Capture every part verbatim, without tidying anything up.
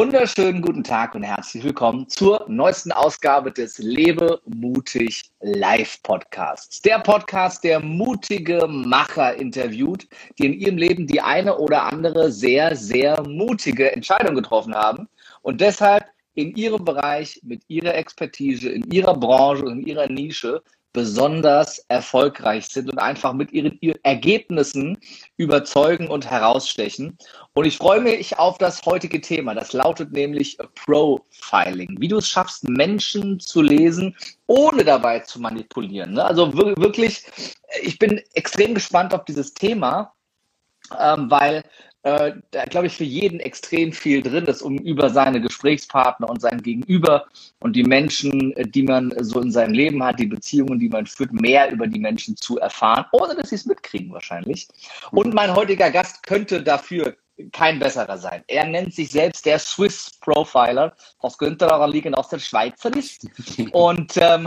Wunderschönen guten Tag und herzlich willkommen zur neuesten Ausgabe des Lebe mutig Live Podcasts. Der Podcast, der mutige Macher interviewt, die in ihrem Leben die eine oder andere sehr, sehr mutige Entscheidung getroffen haben und deshalb in ihrem Bereich mit ihrer Expertise, in ihrer Branche und in ihrer Nische besonders erfolgreich sind und einfach mit ihren, ihren Ergebnissen überzeugen und herausstechen. Und ich freue mich auf das heutige Thema. Das lautet nämlich Profiling. Wie du es schaffst, Menschen zu lesen, ohne dabei zu manipulieren. Also wirklich, ich bin extrem gespannt auf dieses Thema, weil äh, da, glaube ich, für jeden extrem viel drin ist, um über seine Gesprächspartner und sein Gegenüber und die Menschen, die man so in seinem Leben hat, die Beziehungen, die man führt, mehr über die Menschen zu erfahren, ohne dass sie es mitkriegen wahrscheinlich. Und mein heutiger Gast könnte dafür kein besserer sein. Er nennt sich selbst der Swiss Profiler. Das könnte daran liegen, dass er Schweizer ist. Und ähm,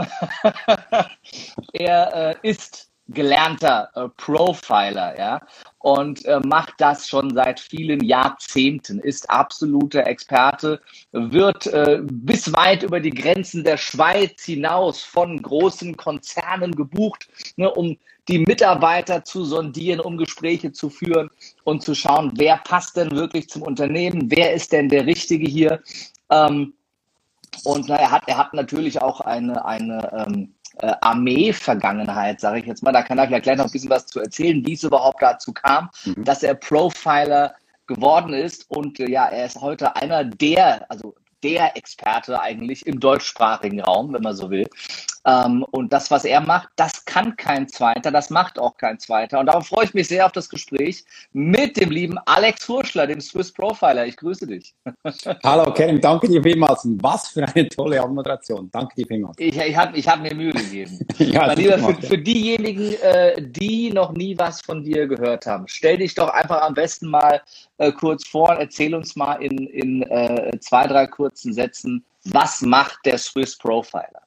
er äh, ist gelernter äh, Profiler, ja, und äh, macht das schon seit vielen Jahrzehnten, ist absoluter Experte, wird äh, bis weit über die Grenzen der Schweiz hinaus von großen Konzernen gebucht, ne, um die Mitarbeiter zu sondieren, um Gespräche zu führen und zu schauen, wer passt denn wirklich zum Unternehmen, wer ist denn der Richtige hier. Ähm, und na, er hat, er hat natürlich auch eine, eine ähm, Äh, Armee-Vergangenheit, sage ich jetzt mal. Da kann er vielleicht gleich noch ein bisschen was zu erzählen, wie es überhaupt dazu kam, mhm. dass er Profiler geworden ist. Und äh, ja, er ist heute einer der, also der Experte eigentlich im deutschsprachigen Raum, wenn man so will. Ähm, und das, was er macht, das kann kein Zweiter, das macht auch kein Zweiter. Und darum freue ich mich sehr auf das Gespräch mit dem lieben Alex Furschler, dem Swiss Profiler. Ich grüße dich. Hallo Kerem, danke dir vielmals. Was für eine tolle Anmoderation. Danke dir vielmals. Ich, ich habe ich hab mir Mühe gegeben. ja, Mein Lieber, für, für diejenigen, äh, die noch nie was von dir gehört haben, stell dich doch einfach am besten mal äh, kurz vor und erzähl uns mal in, in äh, zwei, drei kurzen Sätzen, was macht der Swiss Profiler?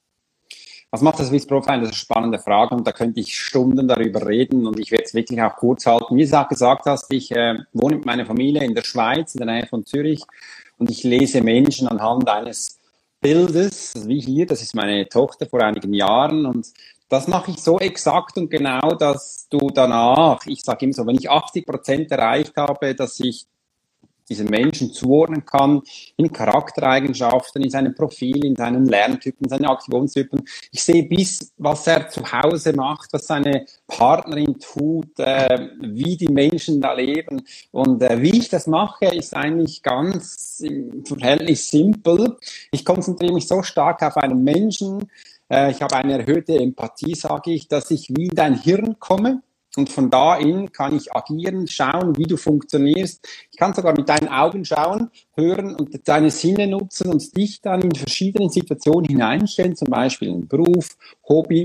Was macht das Swiss Profiling? Das ist eine spannende Frage und da könnte ich Stunden darüber reden und ich werde es wirklich auch kurz halten. Wie du auch gesagt hast, ich äh, wohne mit meiner Familie in der Schweiz, in der Nähe von Zürich und ich lese Menschen anhand eines Bildes, also wie hier, das ist meine Tochter vor einigen Jahren und das mache ich so exakt und genau, dass du danach, ich sage immer so, wenn ich achtzig Prozent erreicht habe, dass ich diesen Menschen zuordnen kann, in Charaktereigenschaften, in seinem Profil, in seinen Lerntypen, in seinen Aktionstypen. Ich sehe bis, was er zu Hause macht, was seine Partnerin tut, äh, wie die Menschen da leben. Und äh, wie ich das mache, ist eigentlich ganz im Verhältnis simpel. Ich konzentriere mich so stark auf einen Menschen. Äh, ich habe eine erhöhte Empathie, sage ich, dass ich wie in dein Hirn komme. Und von da in kann ich agieren, schauen, wie du funktionierst. Ich kann sogar mit deinen Augen schauen, hören und deine Sinne nutzen und dich dann in verschiedenen Situationen hineinstellen, zum Beispiel in Beruf, Hobby,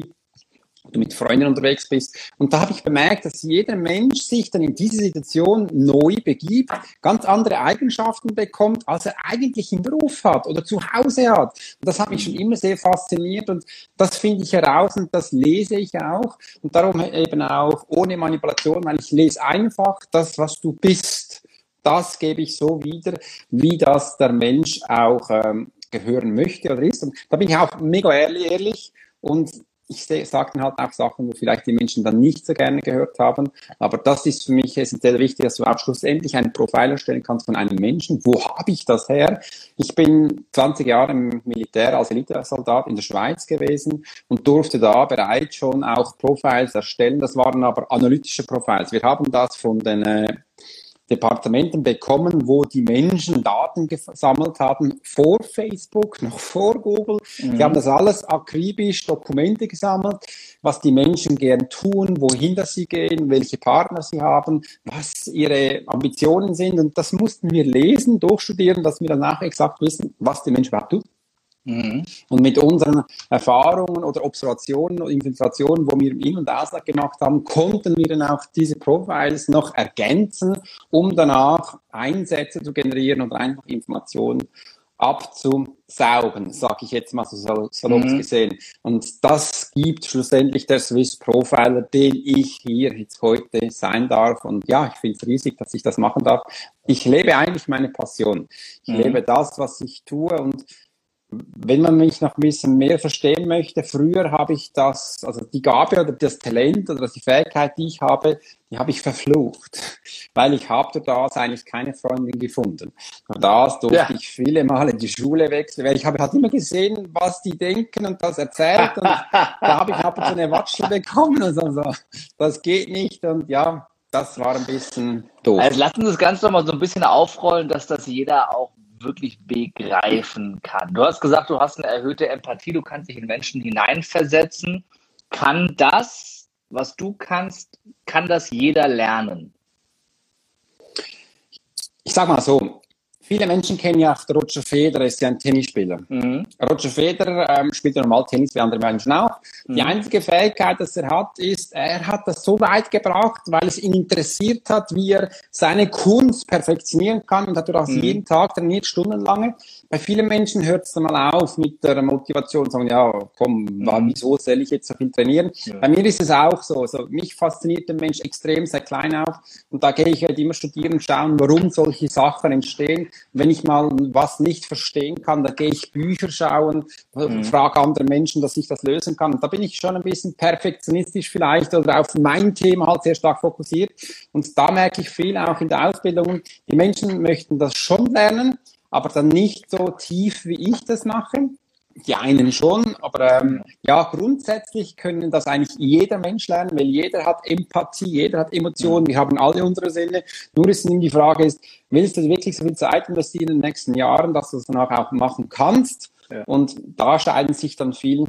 du mit Freunden unterwegs bist. Und da habe ich bemerkt, dass jeder Mensch sich dann in diese Situation neu begibt, ganz andere Eigenschaften bekommt, als er eigentlich im Beruf hat oder zu Hause hat. Und das hat mich schon immer sehr fasziniert und das finde ich heraus und das lese ich auch. Und darum eben auch ohne Manipulation, weil ich lese einfach das, was du bist. Das gebe ich so wieder, wie das der Mensch auch ähm, gehören möchte oder ist. Und da bin ich auch mega ehrlich, ehrlich und ich sage dann halt auch Sachen, wo vielleicht die Menschen dann nicht so gerne gehört haben. Aber das ist für mich essentiell wichtig, dass du auch schlussendlich einen Profil erstellen kannst von einem Menschen. Wo habe ich das her? Ich bin zwanzig Jahre im Militär als Elitesoldat in der Schweiz gewesen und durfte da bereits schon auch Profiles erstellen. Das waren aber analytische Profiles. Wir haben das von den äh, Departementen bekommen, wo die Menschen Daten gesammelt haben, vor Facebook, noch vor Google. Mhm. Die haben das alles akribisch, Dokumente gesammelt, was die Menschen gern tun, wohin das sie gehen, welche Partner sie haben, was ihre Ambitionen sind. Und das mussten wir lesen, durchstudieren, dass wir danach exakt wissen, was die Menschen überhaupt tun. Mhm. Und mit unseren Erfahrungen oder Observationen oder Infiltrationen, wo wir im In- und Ausland gemacht haben, konnten wir dann auch diese Profiles noch ergänzen, um danach Einsätze zu generieren oder einfach Informationen abzusaugen, sage ich jetzt mal so salopp Mhm. gesehen. Und das gibt schlussendlich der Swiss Profiler, den ich hier jetzt heute sein darf. Und ja, ich finde es riesig, dass ich das machen darf. Ich lebe eigentlich meine Passion. Ich Mhm. lebe das, was ich tue. Und wenn man mich noch ein bisschen mehr verstehen möchte, früher habe ich das, also die Gabe oder das Talent oder die Fähigkeit, die ich habe, die habe ich verflucht, weil ich habe durch das eigentlich keine Freundin gefunden. Durch das durfte Ja. ich viele Mal in die Schule wechseln, weil ich habe halt immer gesehen, was die denken und das erzählt und da habe ich ab und zu eine Watschel bekommen und so, so, das geht nicht und ja, das war ein bisschen doof. Also lassen Sie das Ganze doch mal so ein bisschen aufrollen, dass das jeder auch wirklich begreifen kann. Du hast gesagt, du hast eine erhöhte Empathie, du kannst dich in Menschen hineinversetzen. Kann das, was du kannst, kann das jeder lernen? Ich sag mal so, viele Menschen kennen ja auch Roger Federer, ist ja ein Tennisspieler. Mhm. Roger Federer ähm, spielt ja normal Tennis wie andere Menschen auch. Die Mhm. einzige Fähigkeit, die er hat, ist, er hat das so weit gebracht, weil es ihn interessiert hat, wie er seine Kunst perfektionieren kann und hat das Mhm. jeden Tag trainiert, stundenlang. Bei vielen Menschen hört es dann mal auf mit der Motivation, sagen, ja, komm, Mhm. wieso soll ich jetzt so viel trainieren? Ja. Bei mir ist es auch so. Also, mich fasziniert der Mensch extrem seit klein auf und da gehe ich halt immer studieren, schauen, warum solche Sachen entstehen. Wenn ich mal was nicht verstehen kann, da gehe ich Bücher schauen, Mhm. frage andere Menschen, dass ich das lösen kann. Und da bin ich schon ein bisschen perfektionistisch vielleicht oder auf mein Thema halt sehr stark fokussiert. Und da merke ich viel auch in der Ausbildung. Die Menschen möchten das schon lernen, aber dann nicht so tief, wie ich das mache. Die einen schon, aber ähm, ja, grundsätzlich können das eigentlich jeder Mensch lernen, weil jeder hat Empathie, jeder hat Emotionen, wir haben alle unsere Sinne. Nur ist die Frage ist, willst du wirklich so viel Zeit investieren in den nächsten Jahren, dass du es danach auch machen kannst? Ja. Und da scheiden sich dann viel.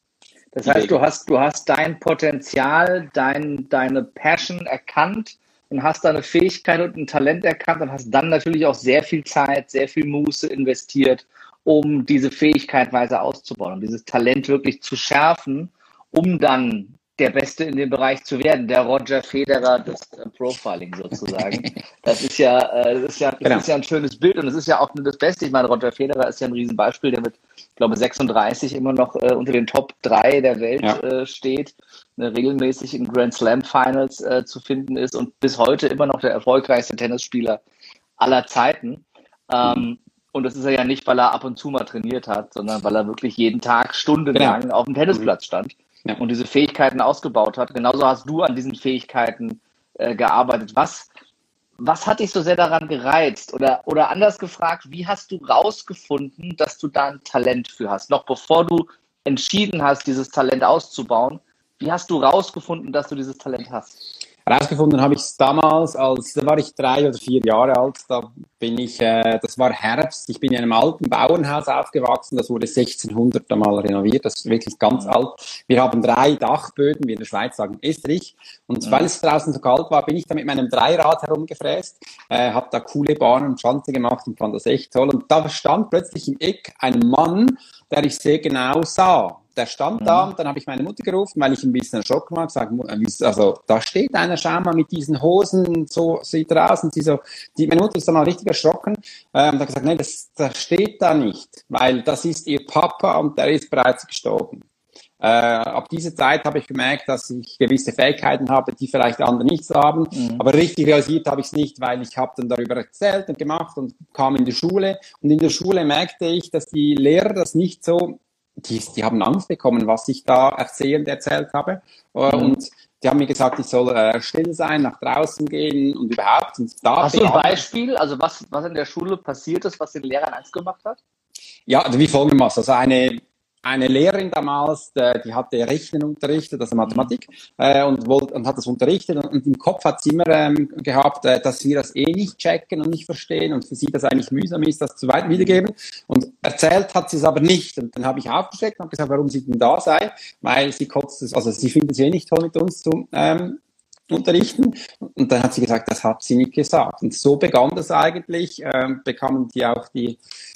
Das heißt, du hast, du hast dein Potenzial, dein, deine Passion erkannt und hast deine Fähigkeit und ein Talent erkannt und hast dann natürlich auch sehr viel Zeit, sehr viel Muße investiert, um diese Fähigkeit weiter auszubauen, um dieses Talent wirklich zu schärfen, um dann der Beste in dem Bereich zu werden, der Roger Federer des äh, Profiling sozusagen. Das ist ja, äh, das ist ja, das Genau. ist ja ein schönes Bild und es ist ja auch nur das Beste. Ich meine, Roger Federer ist ja ein Riesenbeispiel, der mit, ich glaube, sechsunddreißig immer noch äh, unter den Top drei der Welt Ja. äh, steht, äh, regelmäßig in Grand Slam Finals äh, zu finden ist und bis heute immer noch der erfolgreichste Tennisspieler aller Zeiten. Ähm, Und das ist er ja nicht, weil er ab und zu mal trainiert hat, sondern weil er wirklich jeden Tag stundenlang Genau. auf dem Tennisplatz stand Ja. und diese Fähigkeiten ausgebaut hat. Genauso hast du an diesen Fähigkeiten äh, gearbeitet. Was, was hat dich so sehr daran gereizt? Oder, oder anders gefragt, wie hast du rausgefunden, dass du da ein Talent für hast? Noch bevor du entschieden hast, dieses Talent auszubauen, wie hast du rausgefunden, dass du dieses Talent hast? Herausgefunden habe ich es damals, als da war ich drei oder vier Jahre alt. Da bin ich, äh, das war Herbst. Ich bin in einem alten Bauernhaus aufgewachsen. Das wurde sechzehnhundert einmal renoviert. Das ist wirklich ganz Mhm. alt. Wir haben drei Dachböden, wie in der Schweiz sagen, Estrich. Und Mhm. weil es draußen so kalt war, bin ich da mit meinem Dreirad herumgefräst, äh, habe da coole Bahnen und Schanze gemacht und fand das echt toll. Und da stand plötzlich im Eck ein Mann, der ich sehr genau sah. Der stand Mhm. da und dann habe ich meine Mutter gerufen, weil ich ein bisschen erschrocken war, gesagt, also da steht einer, schau mal mit diesen Hosen, so sieht er aus und sie so, die, meine Mutter ist dann mal richtig erschrocken äh, und hat gesagt, nein, das, das steht da nicht, weil das ist ihr Papa und der ist bereits gestorben. Äh, ab dieser Zeit habe ich gemerkt, dass ich gewisse Fähigkeiten habe, die vielleicht andere nicht so haben, Mhm. aber richtig realisiert habe ich es nicht, weil ich habe dann darüber erzählt und gemacht und kam in die Schule und in der Schule merkte ich, dass die Lehrer das nicht so Die, die haben Angst bekommen, was ich da erzählend erzählt habe. Äh, Mhm. Und die haben mir gesagt, ich soll äh, still sein, nach draußen gehen und überhaupt. Und da Hast du ein begann- Beispiel, also was, was in der Schule passiert ist, was den Lehrern Angst gemacht hat? Ja, also wie folgendermaßen. Also eine, eine Lehrerin damals, die, die hatte Rechnen unterrichtet, also Mathematik, äh, und, wollte, und hat das unterrichtet. Und, und im Kopf hat sie immer ähm, gehabt, äh, dass wir das eh nicht checken und nicht verstehen und für sie das eigentlich mühsam ist, das zu weit wiedergeben. Und erzählt hat sie es aber nicht. Und dann habe ich aufgesteckt und habe gesagt, warum sie denn da sei, weil sie kotzt es, also sie findet es eh nicht toll, mit uns zu ähm, unterrichten. Und dann hat sie gesagt, das hat sie nicht gesagt. Und so begann das eigentlich, ähm, bekamen die auch die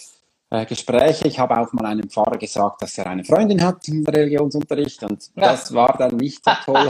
äh, Gespräche. Ich habe auch mal einem Pfarrer gesagt, dass er eine Freundin hat im Religionsunterricht und Ja. das war dann nicht so toll.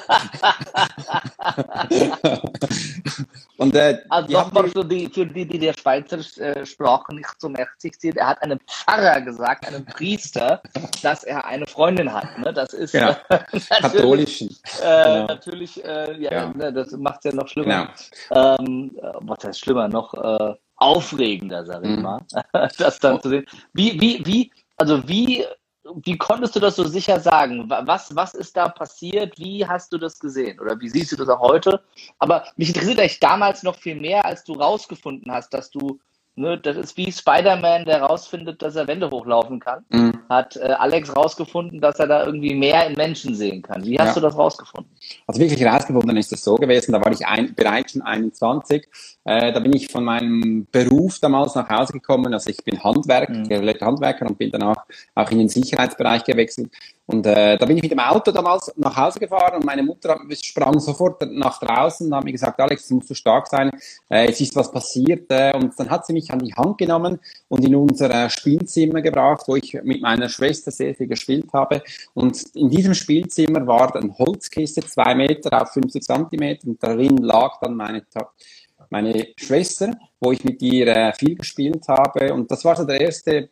und, äh, Also die haben nochmal die- für die, für die, die der Schweizer äh, Sprache nicht so mächtig sind. Er hat einem Pfarrer gesagt, einem Priester, dass er eine Freundin hat. Ne? Das ist Genau. äh, natürlich, katholischen. äh, Genau. natürlich äh, ja, Ja. Ne, das macht es ja noch schlimmer. Genau. Ähm, äh, was heißt schlimmer? Noch äh, aufregender, sag ich Mhm. mal, das dann zu sehen. Wie, wie, wie, also wie, wie konntest du das so sicher sagen? Wa- Was, was ist da passiert? Wie hast du das gesehen? Oder wie siehst du das auch heute? Aber mich interessiert eigentlich damals noch viel mehr, als du rausgefunden hast, dass du, ne, das ist wie Spider-Man, der rausfindet, dass er Wände hochlaufen kann. Mhm. Hat äh, Alex rausgefunden, dass er da irgendwie mehr in Menschen sehen kann. Wie hast Ja. du das rausgefunden? Also wirklich herausgefunden ist es so gewesen, da war ich ein, bereits schon einundzwanzig. Äh, da bin ich von meinem Beruf damals nach Hause gekommen. Also ich bin Handwerker, Mhm. gelernter Handwerker und bin danach auch in den Sicherheitsbereich gewechselt. Und äh, da bin ich mit dem Auto damals nach Hause gefahren und meine Mutter sprang sofort nach draußen und hat mir gesagt, Alex, jetzt musst du stark sein, äh, es ist was passiert. Äh, und dann hat sie mich an die Hand genommen und in unser äh, Spielzimmer gebracht, wo ich mit meiner Schwester sehr viel gespielt habe. Und in diesem Spielzimmer war eine Holzkiste, zwei Meter auf fünfzig Zentimeter und darin lag dann meine, meine Schwester, wo ich mit ihr äh, viel gespielt habe. Und das war so der erste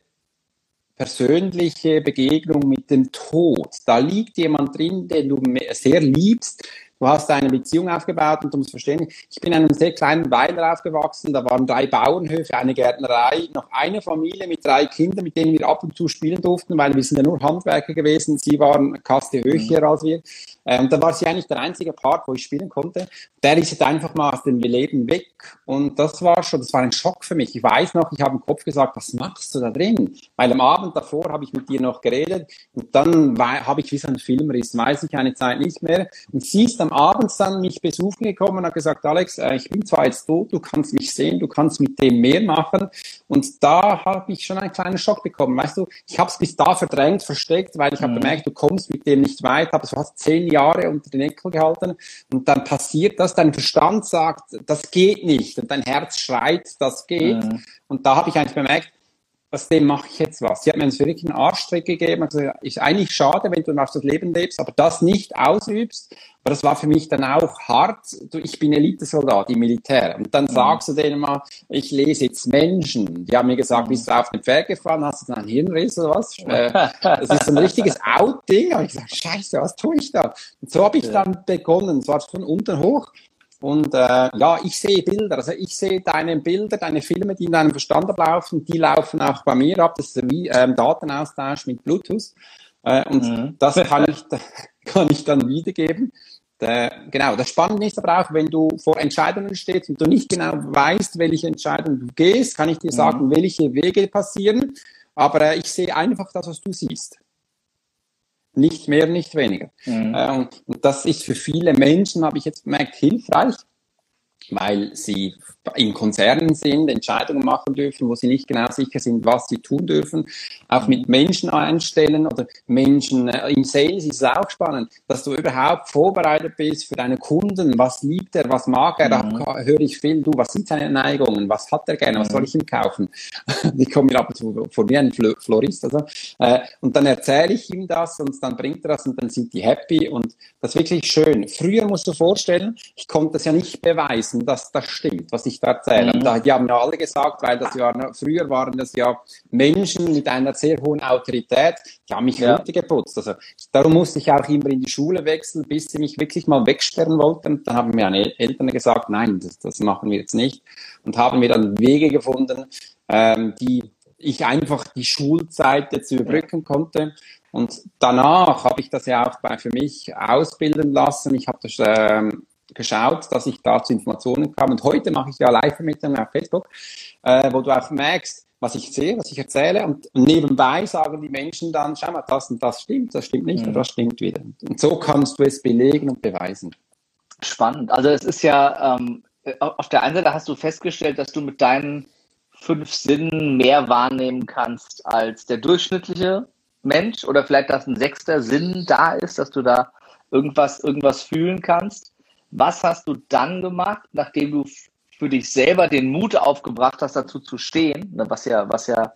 persönliche Begegnung mit dem Tod. Da liegt jemand drin, den du sehr liebst. Du hast eine Beziehung aufgebaut und du musst verstehen, ich bin in einem sehr kleinen Weiler aufgewachsen, da waren drei Bauernhöfe, eine Gärtnerei, noch eine Familie mit drei Kindern, mit denen wir ab und zu spielen durften, weil wir sind ja nur Handwerker gewesen, sie waren eine Kaste höher als wir. Und da war sie eigentlich der einzige Part, wo ich spielen konnte. Der ist jetzt einfach mal aus dem Leben weg und das war schon, das war ein Schock für mich. Ich weiß noch, ich habe im Kopf gesagt, was machst du da drin? Weil am Abend davor habe ich mit dir noch geredet und dann habe ich wie so einen Filmriss, weiß ich eine Zeit nicht mehr und sie ist am Abend dann mich besuchen gekommen und hat gesagt, Alex, äh, ich bin zwar jetzt tot, du kannst mich sehen, du kannst mit dem mehr machen und da habe ich schon einen kleinen Schock bekommen. Weißt du, ich habe es bis da verdrängt, versteckt, weil ich mhm. habe gemerkt, du kommst mit dem nicht weit, habe es fast zehn Jahre unter den Deckel gehalten und dann passiert das, dein Verstand sagt, das geht nicht und dein Herz schreit, das geht mhm. und da habe ich eigentlich bemerkt, aus dem mache ich jetzt was. Sie hat mir einen wirklich einen Arschtritt gegeben. Also ist eigentlich schade, wenn du noch das Leben lebst, aber das nicht ausübst. Aber das war für mich dann auch hart. Du, ich bin Elitesoldat im Militär. Und dann mhm. sagst du denen mal, ich lese jetzt Menschen. Die haben mir gesagt, mhm. bist du auf den Pferd gefahren, hast du dann einen Hirnriss oder was? Das ist so ein richtiges Outing. Aber ich gesagt, scheiße, was tue ich da? Und so habe ich ja. dann begonnen. Es war von unten hoch. Und äh, ja, ich sehe Bilder, also ich sehe deine Bilder, deine Filme, die in deinem Verstand ablaufen, die laufen auch bei mir ab. Das ist wie ähm, Datenaustausch mit Bluetooth. Äh, und mhm. das kann ich, kann ich dann wiedergeben. Äh, genau, das Spannende ist aber auch, wenn du vor Entscheidungen stehst und du nicht genau weißt, welche Entscheidung du gehst, kann ich dir sagen, mhm. welche Wege passieren. Aber äh, ich sehe einfach das, was du siehst. Nicht mehr, nicht weniger. Mhm. Ähm, und das ist für viele Menschen, habe ich jetzt gemerkt, hilfreich, weil sie in Konzernen sind, Entscheidungen machen dürfen, wo sie nicht genau sicher sind, was sie tun dürfen. Auch mit Menschen einstellen oder Menschen äh, im Sales ist es auch spannend, dass du überhaupt vorbereitet bist für deine Kunden. Was liebt er, was mag er? Mhm. Da höre ich viel, du, was sind seine Neigungen? Was hat er gerne? Was soll ich ihm kaufen? Ich komme mir ab und zu vor wie ein Florist. Also. Äh, und dann erzähle ich ihm das und dann bringt er das und dann sind die happy und das ist wirklich schön. Früher musst du vorstellen, ich konnte das ja nicht beweisen, dass das stimmt, was ich da erzähle. Mhm. Da, die haben ja alle gesagt, weil das ja, früher waren das ja Menschen mit einer sehr hohen Autorität, die haben mich ja. runtergeputzt. Also, darum musste ich auch immer in die Schule wechseln, bis sie mich wirklich mal wegsperren wollten. Dann haben mir meine Eltern gesagt, nein, das, das machen wir jetzt nicht. Und haben mir dann Wege gefunden, ähm, die ich einfach die Schulzeit jetzt überbrücken konnte. Und danach habe ich das ja auch bei, für mich ausbilden lassen. Ich habe das ähm, geschaut, dass ich da zu Informationen kam. Und heute mache ich ja Live-Vermittlungen auf Facebook, äh, wo du auch merkst, was ich sehe, was ich erzähle. Und nebenbei sagen die Menschen dann, schau mal, das und das stimmt, das stimmt nicht, mhm. und das stimmt wieder. Und so kannst du es belegen und beweisen. Spannend. Also es ist ja, ähm, auf der einen Seite hast du festgestellt, dass du mit deinen fünf Sinnen mehr wahrnehmen kannst als der durchschnittliche Mensch oder vielleicht, dass ein sechster Sinn da ist, dass du da irgendwas, irgendwas fühlen kannst. Was hast du dann gemacht, nachdem du für dich selber den Mut aufgebracht hast, dazu zu stehen, was ja, was ja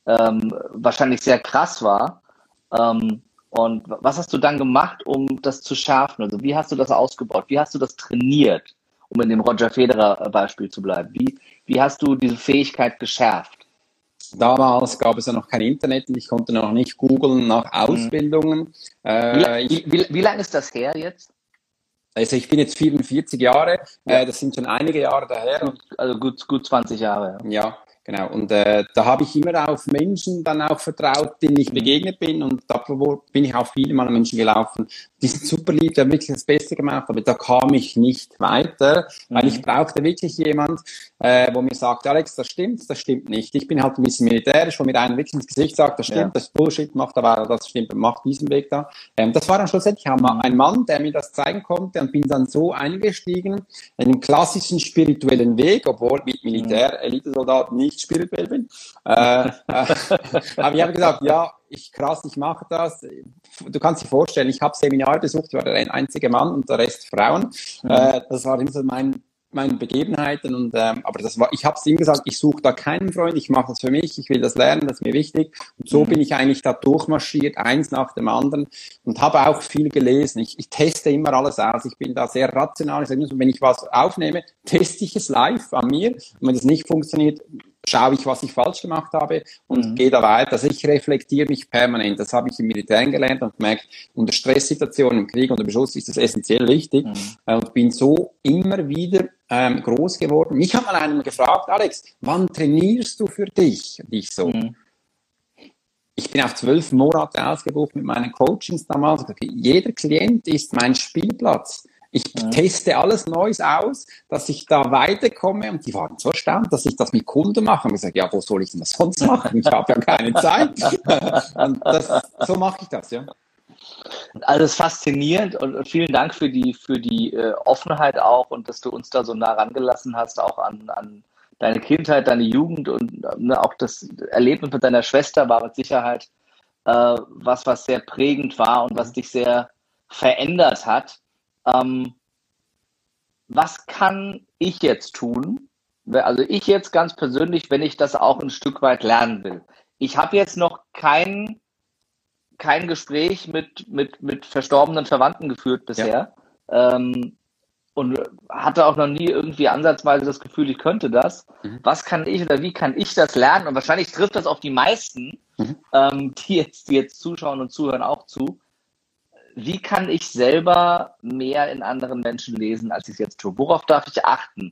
ähm, wahrscheinlich sehr krass war. Ähm, und was hast du dann gemacht, um das zu schärfen? Also wie hast du das ausgebaut? Wie hast du das trainiert, um in dem Roger Federer-Beispiel zu bleiben? Wie, wie hast du diese Fähigkeit geschärft? Damals gab es ja noch kein Internet und ich konnte noch nicht googeln nach Ausbildungen. Mhm. Äh, wie, wie, wie, wie lange ist das her jetzt? Also ich bin jetzt vierundvierzig Jahre, ja. äh, das sind schon einige Jahre daher. Also gut, gut zwanzig Jahre. Ja, ja genau. Und äh, da habe ich immer auf Menschen dann auch vertraut, denen ich begegnet bin. Und da bin ich auch viele Mal an Menschen gelaufen, die sind super lieb, die haben wirklich das Beste gemacht, aber da kam ich nicht weiter, weil mhm. ich brauchte wirklich jemand, äh, wo mir sagt, Alex, das stimmt, das stimmt nicht. Ich bin halt ein bisschen militärisch, wo mir einer wirklich ins Gesicht sagt, das stimmt, ja. das ist Bullshit, macht aber das stimmt, macht diesen Weg da. Ähm, das war dann schlussendlich auch mal ein Mann, der mir das zeigen konnte und bin dann so eingestiegen in den klassischen spirituellen Weg, obwohl mit Militär-Elitesoldat nicht spirituell bin. Äh, äh, aber ich habe gesagt, ja, ich krass, ich mache das. Du kannst dir vorstellen, ich habe Seminare besucht, ich war der einzige Mann und der Rest Frauen. Mhm. Äh, das war immer so mein meine Begebenheiten und ähm, aber das war, ich habe es ihm gesagt, ich suche da keinen Freund, ich mache das für mich, ich will das lernen, das ist mir wichtig und so mhm. bin ich eigentlich da durchmarschiert, eins nach dem anderen und habe auch viel gelesen. Ich, ich teste immer alles aus, ich bin da sehr rational, ich sage immer so, wenn ich was aufnehme, teste ich es live an mir und wenn das nicht funktioniert, schaue ich, was ich falsch gemacht habe und mhm. gehe da weiter. Also ich reflektiere mich permanent. Das habe ich im Militär gelernt und gemerkt, unter Stresssituationen, im Krieg, unter Beschuss ist das essentiell wichtig mhm. und bin so immer wieder ähm, groß geworden. Mich hat mal einer gefragt, Alex, wann trainierst du für dich? Und ich so, mhm. ich bin auf zwölf Monate ausgebucht mit meinen Coachings damals. Jeder Klient ist mein Spielplatz. Ich ja. teste alles Neues aus, dass ich da weiterkomme und die waren so erstaunt, dass ich das mit Kunden mache. Und ich sage, ja, wo soll ich denn das sonst machen? Ich habe ja keine Zeit. Und das, so mache ich das, ja. Also es ist faszinierend und vielen Dank für die, für die äh, Offenheit auch und dass du uns da so nah rangelassen hast, auch an, an deine Kindheit, deine Jugend und ne, auch das Erlebnis mit deiner Schwester war mit Sicherheit äh, was, was sehr prägend war und was dich sehr verändert hat. Ähm, was kann ich jetzt tun? Also ich jetzt ganz persönlich, wenn ich das auch ein Stück weit lernen will. Ich habe jetzt noch kein, kein Gespräch mit, mit, mit verstorbenen Verwandten geführt bisher ja. ähm, und hatte auch noch nie irgendwie ansatzweise das Gefühl, ich könnte das. Mhm. Was kann ich oder wie kann ich das lernen? Und wahrscheinlich trifft das auf die meisten, mhm. ähm, die, jetzt, die jetzt zuschauen und zuhören, auch zu. Wie kann ich selber mehr in anderen Menschen lesen, als ich es jetzt tue? Worauf darf ich achten?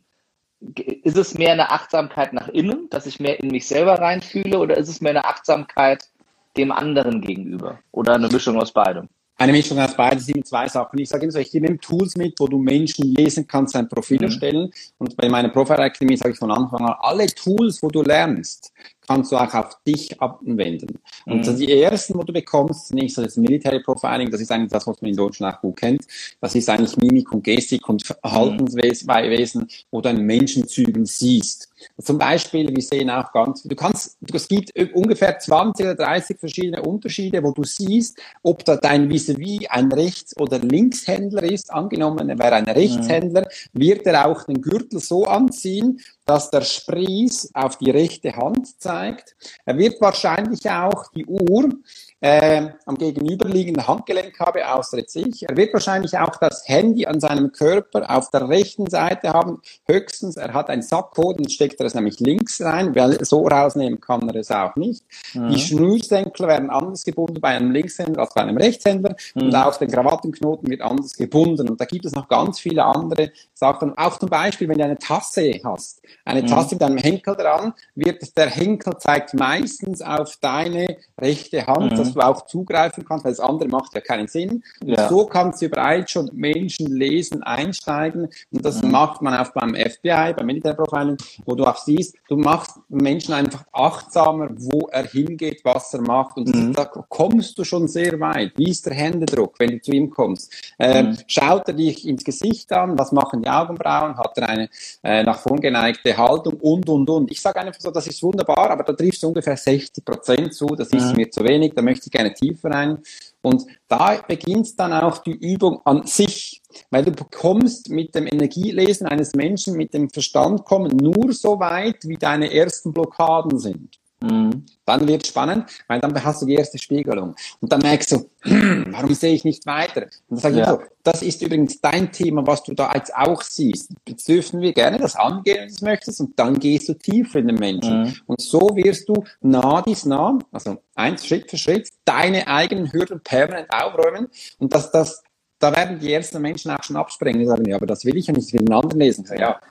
Ist es mehr eine Achtsamkeit nach innen, dass ich mehr in mich selber reinfühle, oder ist es mehr eine Achtsamkeit dem anderen gegenüber? Oder eine Mischung aus beidem? Eine Mischung aus beiden, sind zwei Sachen. Ich sage immer so, ich gebe Tools mit, wo du Menschen lesen kannst, ein Profil mhm. erstellen. Und bei meiner Profil-Akademie sage ich von Anfang an, alle Tools, wo du lernst, kannst du auch auf dich anwenden. Und mhm. so die ersten, wo du bekommst, sind nicht so das Military Profiling, das ist eigentlich das, was man in Deutschland auch gut kennt. Das ist eigentlich Mimik und Gestik und Verhaltenswesen, mhm. wo du einen Menschenzügen siehst. Zum Beispiel, wir sehen auch ganz, du kannst, es gibt ungefähr zwanzig oder dreißig verschiedene Unterschiede, wo du siehst, ob da dein Vis-à-vis ein Rechts- oder Linkshändler ist. Angenommen, er wäre ein Rechtshändler, wird er auch den Gürtel so anziehen, dass der Spries auf die rechte Hand zeigt. Er wird wahrscheinlich auch die Uhr äh, am gegenüberliegenden Handgelenk haben, außer jetzt ich. Er wird wahrscheinlich auch das Handy an seinem Körper auf der rechten Seite haben. Höchstens, er hat ein Sakko, dann steckt er es nämlich links rein, weil so rausnehmen kann er es auch nicht. Mhm. Die Schnürsenkel werden anders gebunden bei einem Linkshänder als bei einem Rechtshänder mhm. und auch der Krawattenknoten wird anders gebunden. Und da gibt es noch ganz viele andere Sachen. Auch zum Beispiel, wenn du eine Tasse hast, eine Tasse mit einem Henkel dran, wird der Henkel zeigt meistens auf deine rechte Hand, mhm. dass du auch zugreifen kannst, weil das andere macht ja keinen Sinn. Und ja. so kannst du bereits schon Menschen lesen, einsteigen. Und das mhm. macht man auch beim F B I, beim Military Profiling, wo du auch siehst, du machst Menschen einfach achtsamer, wo er hingeht, was er macht. Und mhm. da kommst du schon sehr weit. Wie ist der Händedruck, wenn du zu ihm kommst? Ähm, mhm. Schaut er dich ins Gesicht an? Was machen die Augenbrauen? Hat er eine äh, nach vorn geneigte Haltung? Und, und, und. Ich sage einfach so, das ist wunderbar, aber da triffst du ungefähr sechzig Prozent zu. Das ist mhm. mir zu wenig. Da möchte ich gerne tiefer rein. Und da beginnt dann auch die Übung an sich, weil du bekommst mit dem Energielesen eines Menschen, mit dem Verstand kommen, nur so weit, wie deine ersten Blockaden sind. Mhm. Dann wird es spannend, weil dann hast du die erste Spiegelung. Und dann merkst du, hm, warum sehe ich nicht weiter? Und dann sage ich ja. so, das ist übrigens dein Thema, was du da jetzt auch siehst. Jetzt dürfen wir gerne das angehen, wenn du es möchtest, und dann gehst du tiefer in den Menschen. Mhm. Und so wirst du nah dies nah, also eins Schritt für Schritt, deine eigenen Hürden permanent aufräumen. Und das, das, da werden die ersten Menschen auch schon abspringen. Die sagen, ja, aber das will ich ja nicht, ich will einen anderen lesen. Sage, ja.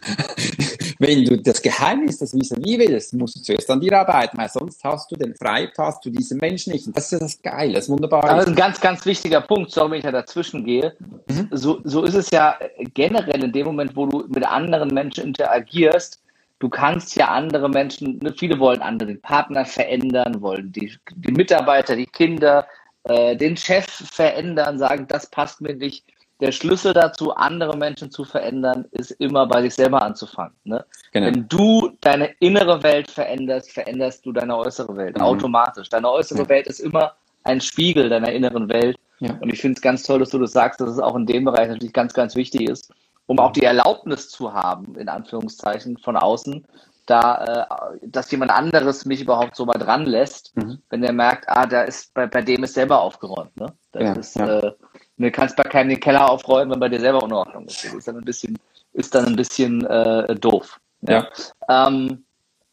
Wenn du das Geheimnis, das Vis-à-vis willst, musst du zuerst an dir arbeiten, weil sonst hast du den Freipass zu diesem Menschen nicht. Und das ist ja das Geile, das ist wunderbar. Das ist ein ganz, ganz wichtiger Punkt, sorry, wenn ich da dazwischen gehe. Mhm. So, so ist es ja generell in dem Moment, wo du mit anderen Menschen interagierst. Du kannst ja andere Menschen, viele wollen andere den Partner verändern, wollen die, die Mitarbeiter, die Kinder, äh, den Chef verändern, sagen, das passt mir nicht. Der Schlüssel dazu, andere Menschen zu verändern, ist immer bei sich selber anzufangen. Ne? Genau. Wenn du deine innere Welt veränderst, veränderst du deine äußere Welt mhm. automatisch. Deine äußere ja. Welt ist immer ein Spiegel deiner inneren Welt. Ja. Und ich finde es ganz toll, dass du das sagst, dass es auch in dem Bereich natürlich ganz, ganz wichtig ist, um auch die Erlaubnis zu haben, in Anführungszeichen, von außen, da, äh, dass jemand anderes mich überhaupt so mal dran lässt, mhm. wenn er merkt, ah, da ist, bei, bei dem ist selber aufgeräumt. Ne? Das ja. ist, ja. Äh, Du kannst bei keinem den Keller aufräumen, wenn bei dir selber Unordnung ist. Das ist dann ein bisschen, ist dann ein bisschen äh, doof. Ja. Ja. Ähm,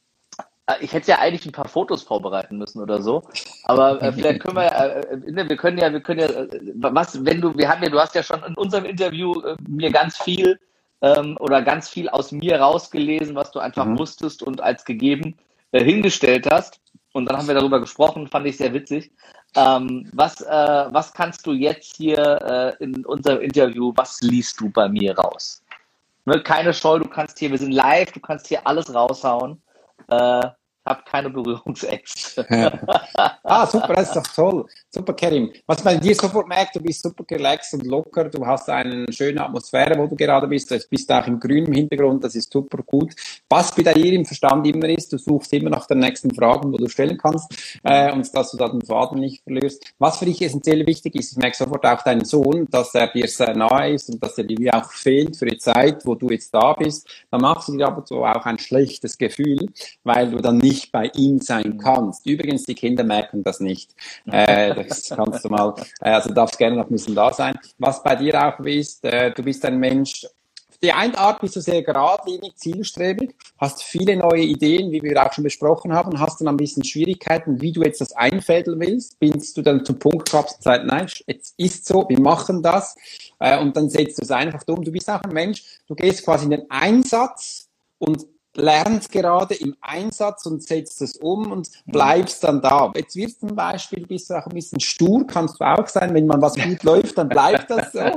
ich hätte ja eigentlich ein paar Fotos vorbereiten müssen oder so, aber äh, vielleicht können wir, äh, wir können ja, wir können ja, äh, was, wenn du, wir haben ja, du hast ja schon in unserem Interview äh, mir ganz viel ähm, oder ganz viel aus mir rausgelesen, was du einfach mhm. wusstest und als gegeben äh, hingestellt hast. Und dann haben wir darüber gesprochen, fand ich sehr witzig. Ähm, was, äh, was kannst du jetzt hier äh, in unserem Interview, was liest du bei mir raus? Ne, keine Scheu, du kannst hier, wir sind live, du kannst hier alles raushauen. Äh, hab keine Berührungsängste. Ah, super, das ist doch toll. Super, Kerim. Was man dir sofort merkt, du bist super relaxed und locker, du hast eine schöne Atmosphäre, wo du gerade bist, du bist auch im grünen Hintergrund, das ist super gut. Was bei dir im Verstand immer ist, du suchst immer nach den nächsten Fragen, wo du stellen kannst, äh, und dass du da den Faden nicht verlierst. Was für dich essentiell wichtig ist, ich merke sofort auch deinen Sohn, dass er dir sehr nahe ist und dass er dir auch fehlt für die Zeit, wo du jetzt da bist. Dann machst du dir aber so auch ein schlechtes Gefühl, weil du dann nicht bei ihm sein kannst. Übrigens, die Kinder merken das nicht. Äh, das kannst du mal, äh, also darfst gerne noch ein bisschen da sein. Was bei dir auch ist, äh, du bist ein Mensch, auf die eine Art bist du sehr geradlinig, zielstrebig, hast viele neue Ideen, wie wir auch schon besprochen haben, hast dann ein bisschen Schwierigkeiten, wie du jetzt das einfädeln willst, bis du dann zum Punkt kommst und sagst, nein, jetzt ist so, wir machen das, äh, und dann setzt du es einfach um. Du bist auch ein Mensch, du gehst quasi in den Einsatz und lernst gerade im Einsatz und setzt es um und bleibst dann da. Jetzt wirst du zum Beispiel, bist du auch ein bisschen stur, kannst du auch sein, wenn man was gut läuft, dann bleibt das so.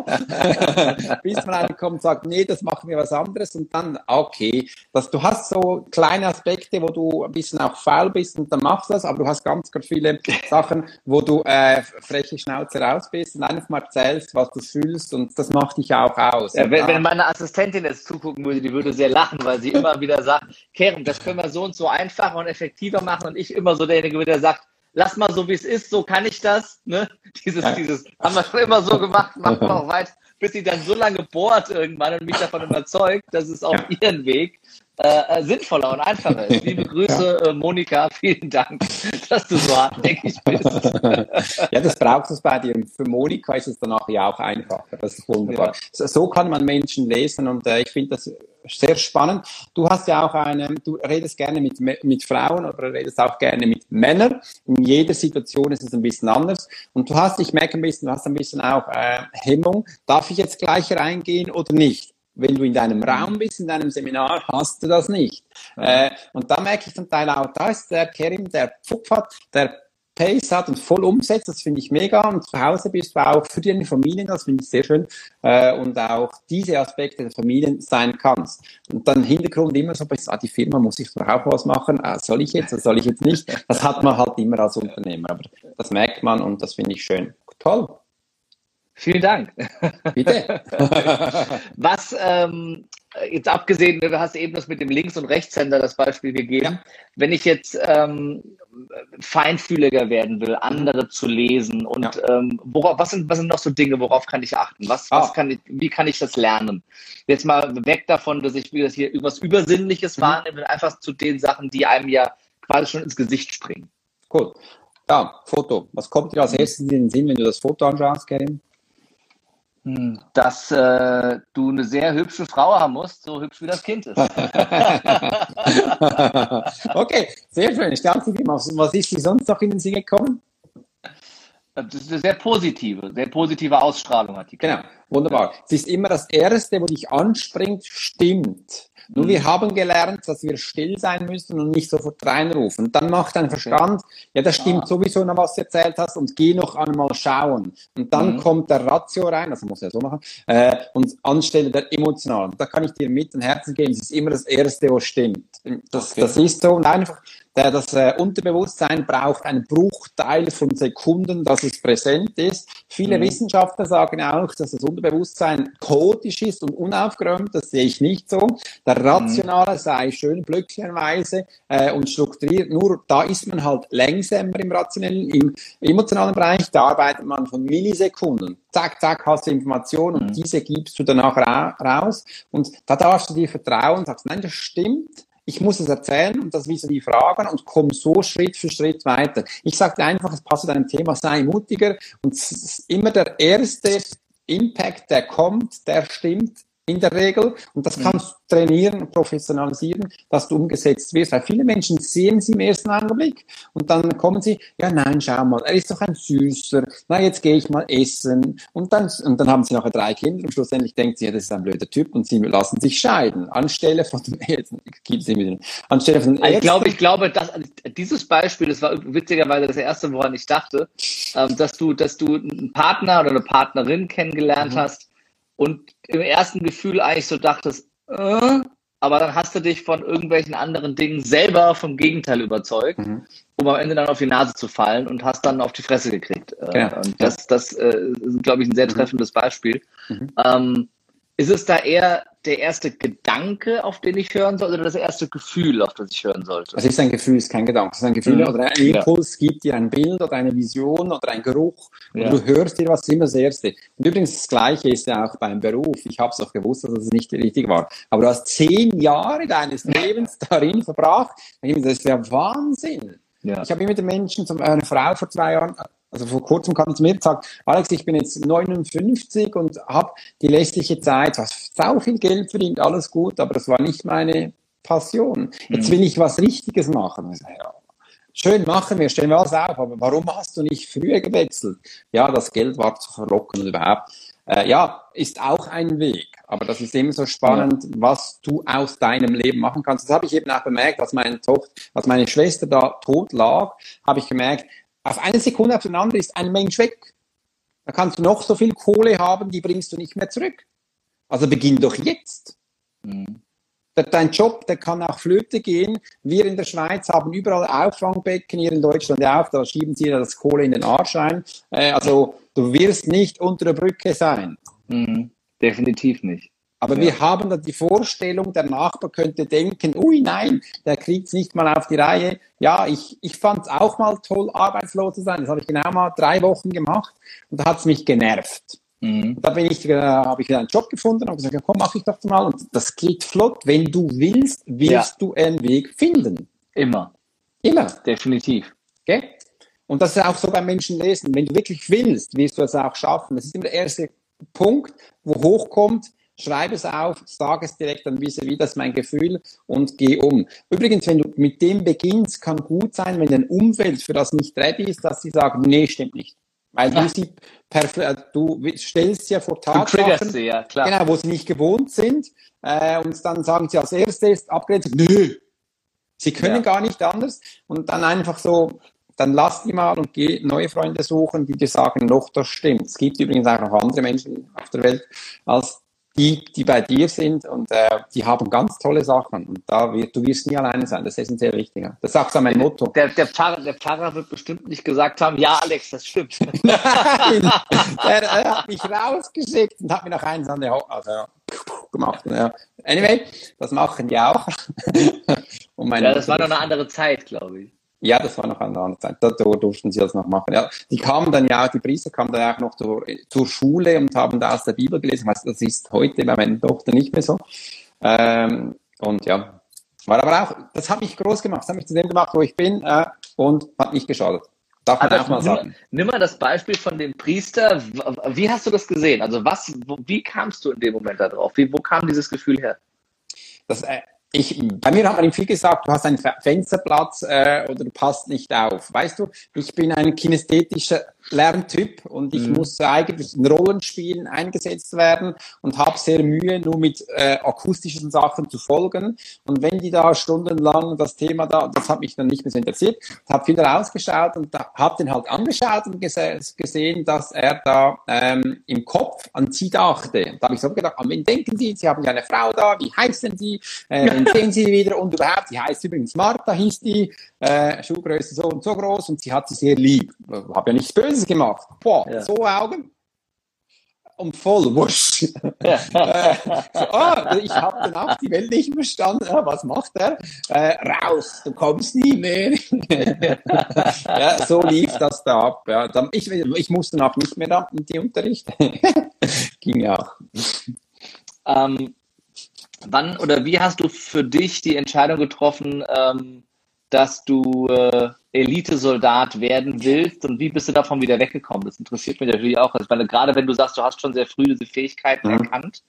Bis man einer kommt und sagt, nee, das machen wir was anderes und dann, okay, das, du hast so kleine Aspekte, wo du ein bisschen auch faul bist und dann machst du das, aber du hast ganz, ganz viele Sachen, wo du äh, freche Schnauze raus bist und einfach mal erzählst, was du fühlst und das macht dich auch aus. Ja, wenn, wenn meine Assistentin jetzt zugucken würde, die würde sehr lachen, weil sie immer wieder sagt, Kerim, das können wir so und so einfacher und effektiver machen und ich immer so derjenige, der sagt, lass mal so wie es ist, so kann ich das, ne? Dieses, ja. dieses, haben wir schon immer so gemacht, machen wir auch weiter, bis sie dann so lange bohrt irgendwann und mich davon überzeugt, dass es auf ja. ihren Weg äh, sinnvoller und einfacher ist. Liebe Grüße, ja. äh, Monika, vielen Dank, dass du so hartnäckig bist. Ja, das braucht es bei dir. Und für Monika ist es danach ja auch einfacher. Das ist wunderbar. Ja. So, so kann man Menschen lesen und äh, ich finde das sehr spannend. Du hast ja auch eine, du redest gerne mit, mit Frauen oder redest auch gerne mit Männern. In jeder Situation ist es ein bisschen anders. Und du hast, ich merke ein bisschen, du hast ein bisschen auch äh, Hemmung. Darf ich jetzt gleich reingehen oder nicht? Wenn du in deinem Raum bist, in deinem Seminar, hast du das nicht. Mhm. Äh, und da merke ich zum Teil auch, da ist der Kerim, der Pfupf hat, der Pace hat und voll umsetzt, das finde ich mega. Und zu Hause bist du auch für deine Familien, das finde ich sehr schön. Äh, und auch diese Aspekte der Familien sein kannst. Und dann im Hintergrund immer so, ah, die Firma muss ich doch auch was machen, ah, soll ich jetzt, soll ich jetzt nicht? Das hat man halt immer als Unternehmer, aber das merkt man und das finde ich schön. Toll. Vielen Dank. Bitte. Was, ähm, jetzt abgesehen, du hast eben das mit dem Links- und Rechtshänder das Beispiel gegeben. Ja. Wenn ich jetzt ähm, feinfühliger werden will, andere zu lesen und ja. ähm, worauf, was sind, was sind noch so Dinge, worauf kann ich achten? Was, ah. was kann ich, wie kann ich das lernen? Jetzt mal weg davon, dass ich das hier was Übersinnliches mhm. wahrnehme, einfach zu den Sachen, die einem ja quasi schon ins Gesicht springen. Cool. Ja, Foto. Was kommt dir als erstes in den Sinn, wenn du das Foto anschaust, Karim? Dass äh, du eine sehr hübsche Frau haben musst, so hübsch wie das Kind ist. Okay, sehr schön. Ich danke dir. Was ist dir sonst noch in den Sinn gekommen? Das ist eine sehr positive, sehr positive Ausstrahlung hat die. Genau, wunderbar. Es ist immer das Erste, wo dich anspringt, stimmt. Nur wir haben gelernt, dass wir still sein müssen und nicht sofort reinrufen. Dann macht dein Verstand, ja, das stimmt ah. sowieso noch, was du erzählt hast, und geh noch einmal schauen. Und dann mhm. kommt der Ratio rein, also muss er so machen, äh, und anstelle der emotionalen. Da kann ich dir mit dem Herzen geben, es ist immer das Erste, was stimmt. Das, okay. das ist so, und einfach, der, das äh, Unterbewusstsein braucht einen Bruchteil von Sekunden, dass es präsent ist. Viele mhm. Wissenschaftler sagen auch, dass das Unterbewusstsein chaotisch ist und unaufgeräumt. Das sehe ich nicht so. Der Rationale mhm. sei schön blöckchenweise äh, und strukturiert. Nur da ist man halt langsamer im rationellen, im emotionalen Bereich. Da arbeitet man von Millisekunden. Zack, zack, hast du Informationen und mhm. diese gibst du danach ra- raus. Und da darfst du dir vertrauen und sagst, nein, das stimmt. Ich muss es erzählen und das wissen die Fragen und komm so Schritt für Schritt weiter. Ich sage dir einfach, es passt zu deinem Thema, sei mutiger, und es ist immer der erste Impact, der kommt, der stimmt in der Regel, und das kannst du trainieren und professionalisieren, dass du umgesetzt wirst, weil viele Menschen sehen sie im ersten Augenblick und dann kommen sie, ja nein, schau mal, er ist doch ein Süßer, na jetzt gehe ich mal essen, und dann, und dann haben sie nachher drei Kinder und schlussendlich denkt sie, ja, das ist ein blöder Typ, und sie lassen sich scheiden, anstelle von dem Ärzten, anstelle von den Ärzten. Ich glaube, ich glaube, dass dieses Beispiel, das war witzigerweise das erste, woran ich dachte, dass du, dass du einen Partner oder eine Partnerin kennengelernt mhm. hast, und im ersten Gefühl eigentlich so dachtest, äh, aber dann hast du dich von irgendwelchen anderen Dingen selber vom Gegenteil überzeugt, mhm. um am Ende dann auf die Nase zu fallen, und hast dann auf die Fresse gekriegt. Ja. Und das, das äh, ist, glaube ich, ein sehr treffendes Beispiel. Mhm. Ähm, ist es da eher der erste Gedanke, auf den ich hören soll, oder das erste Gefühl, auf das ich hören sollte? Es ist ein Gefühl, es ist kein Gedanke. Es ist ein Gefühl mhm. oder ein Impuls, ja. gibt dir ein Bild oder eine Vision oder ein Geruch. Ja. Und du hörst dir was, immer das Erste. Und übrigens, das Gleiche ist ja auch beim Beruf. Ich habe es auch gewusst, dass es nicht richtig war. Aber du hast zehn Jahre deines Lebens darin verbracht. Das ist ja Wahnsinn. Ja. Ich habe immer mit den Menschen, eine Frau vor zwei Jahren, also vor kurzem kam zu mir und gesagt, Alex, ich bin jetzt neunundfünfzig und habe die restliche Zeit, was sau viel Geld verdient, alles gut, aber das war nicht meine Passion. Jetzt will ich was Richtiges machen. Ich sage, ja, schön, machen wir, stellen wir alles auf, aber warum hast du nicht früher gewechselt? Ja, das Geld war zu verlockend überhaupt. Äh, ja, ist auch ein Weg, aber das ist immer so spannend, ja. was du aus deinem Leben machen kannst. Das habe ich eben auch bemerkt, als meine Tochter, als meine Schwester da tot lag, habe ich gemerkt, auf eine Sekunde auf den anderen ist ein Mensch weg. Da kannst du noch so viel Kohle haben, die bringst du nicht mehr zurück. Also beginn doch jetzt. Mhm. Dein Job, der kann auch Flöte gehen. Wir in der Schweiz haben überall Auffangbecken, hier in Deutschland auch, da schieben sie das Kohle in den Arsch ein. Äh, also du wirst nicht unter der Brücke sein. Mhm. Definitiv nicht. Aber ja. wir haben da die Vorstellung, der Nachbar könnte denken, ui nein, der kriegt es nicht mal auf die Reihe. Ja, ich, ich fand es auch mal toll, arbeitslos zu sein. Das habe ich genau mal drei Wochen gemacht und da hat es mich genervt. Mhm. Da bin ich, äh, habe ich wieder einen Job gefunden und habe gesagt, ja, komm, mach ich doch mal. Und das geht flott. Wenn du willst, wirst ja. du einen Weg finden. Immer. Immer. Definitiv. Okay? Und das ist auch so beim Menschenlesen. Wenn du wirklich willst, wirst du es auch schaffen. Das ist immer der erste Punkt, wo hochkommt. Schreib es auf, sag es direkt an vis-à-vis, das ist mein Gefühl, und geh um. Übrigens, wenn du mit dem beginnst, kann gut sein, wenn dein Umfeld für das nicht ready ist, dass sie sagen, nee, stimmt nicht. Weil ja. du sie perf- du stellst sie ja vor Tatsachen, sie, ja, klar. Genau, wo sie nicht gewohnt sind, äh, und dann sagen sie als erstes abgrenzen, nö, sie können ja. gar nicht anders, und dann einfach so, dann lass die mal und geh neue Freunde suchen, die dir sagen, noch, das stimmt. Es gibt übrigens auch noch andere Menschen auf der Welt als die, die bei dir sind, und äh, die haben ganz tolle Sachen, und da wird, du wirst nie alleine sein, das ist essentiell wichtig. Das ist auch so mein Motto. Der, der, Pfarrer, der Pfarrer wird bestimmt nicht gesagt haben, ja Alex, das stimmt. Nein, er, er hat mich rausgeschickt und hat mir noch eins an der Ho- also, ja, gemacht. Ja. Anyway, das machen die auch. Und meine ja, das war noch eine andere Zeit, glaube ich. Ja, das war noch eine andere Zeit. Da, da durften sie das noch machen. Ja, die kamen dann ja, die Priester kamen dann ja auch noch zur, zur Schule und haben da aus der Bibel gelesen. Also das ist heute bei meiner Tochter nicht mehr so. Ähm, und ja, War aber auch, das hat mich groß gemacht, das hat mich zu dem gemacht, wo ich bin, äh, und hat nicht geschadet. Darf man Aber auch mal sagen. Nimm, nimm mal das Beispiel von dem Priester. Wie hast du das gesehen? Also was, wo, wie kamst du in dem Moment da drauf? Wie, wo kam dieses Gefühl her? Das, äh, ich, bei mir hat man ihm viel gesagt, du hast einen Fensterplatz äh, oder du passt nicht auf. Weißt du, ich bin ein kinästhetischer Lerntyp und ich mhm. muss eigentlich in Rollenspielen eingesetzt werden und habe sehr Mühe, nur mit äh, akustischen Sachen zu folgen. Und wenn die da stundenlang das Thema da, das hat mich dann nicht mehr so interessiert, habe viel rausgeschaut und habe den halt angeschaut und gese- gesehen, dass er da ähm, im Kopf an sie dachte. Da habe ich so gedacht, an wen denken Sie? Sie haben ja eine Frau da, wie heißen Sie? Äh, wen sehen Sie wieder? Und überhaupt, die heißt übrigens Martha, hieß die, äh, Schuhgröße so und so groß und sie hat sie sehr lieb. Habe ja nichts Böses gemacht. Boah, ja. So Augen und voll wusch. Ja. äh, so, ah, ich habe dann auch die Welt nicht verstanden. Ja, was macht er? Äh, raus, du kommst nie mehr. Ja, so lief das da ab. Ja, dann, ich, ich musste dann auch nicht mehr da in die Unterricht. Ging auch. Ähm, wann oder wie hast du für dich die Entscheidung getroffen, ähm, dass du äh, Elitesoldat werden willst und wie bist du davon wieder weggekommen? Das interessiert mich natürlich auch. Also, weil, gerade wenn du sagst, du hast schon sehr früh diese Fähigkeiten mhm. erkannt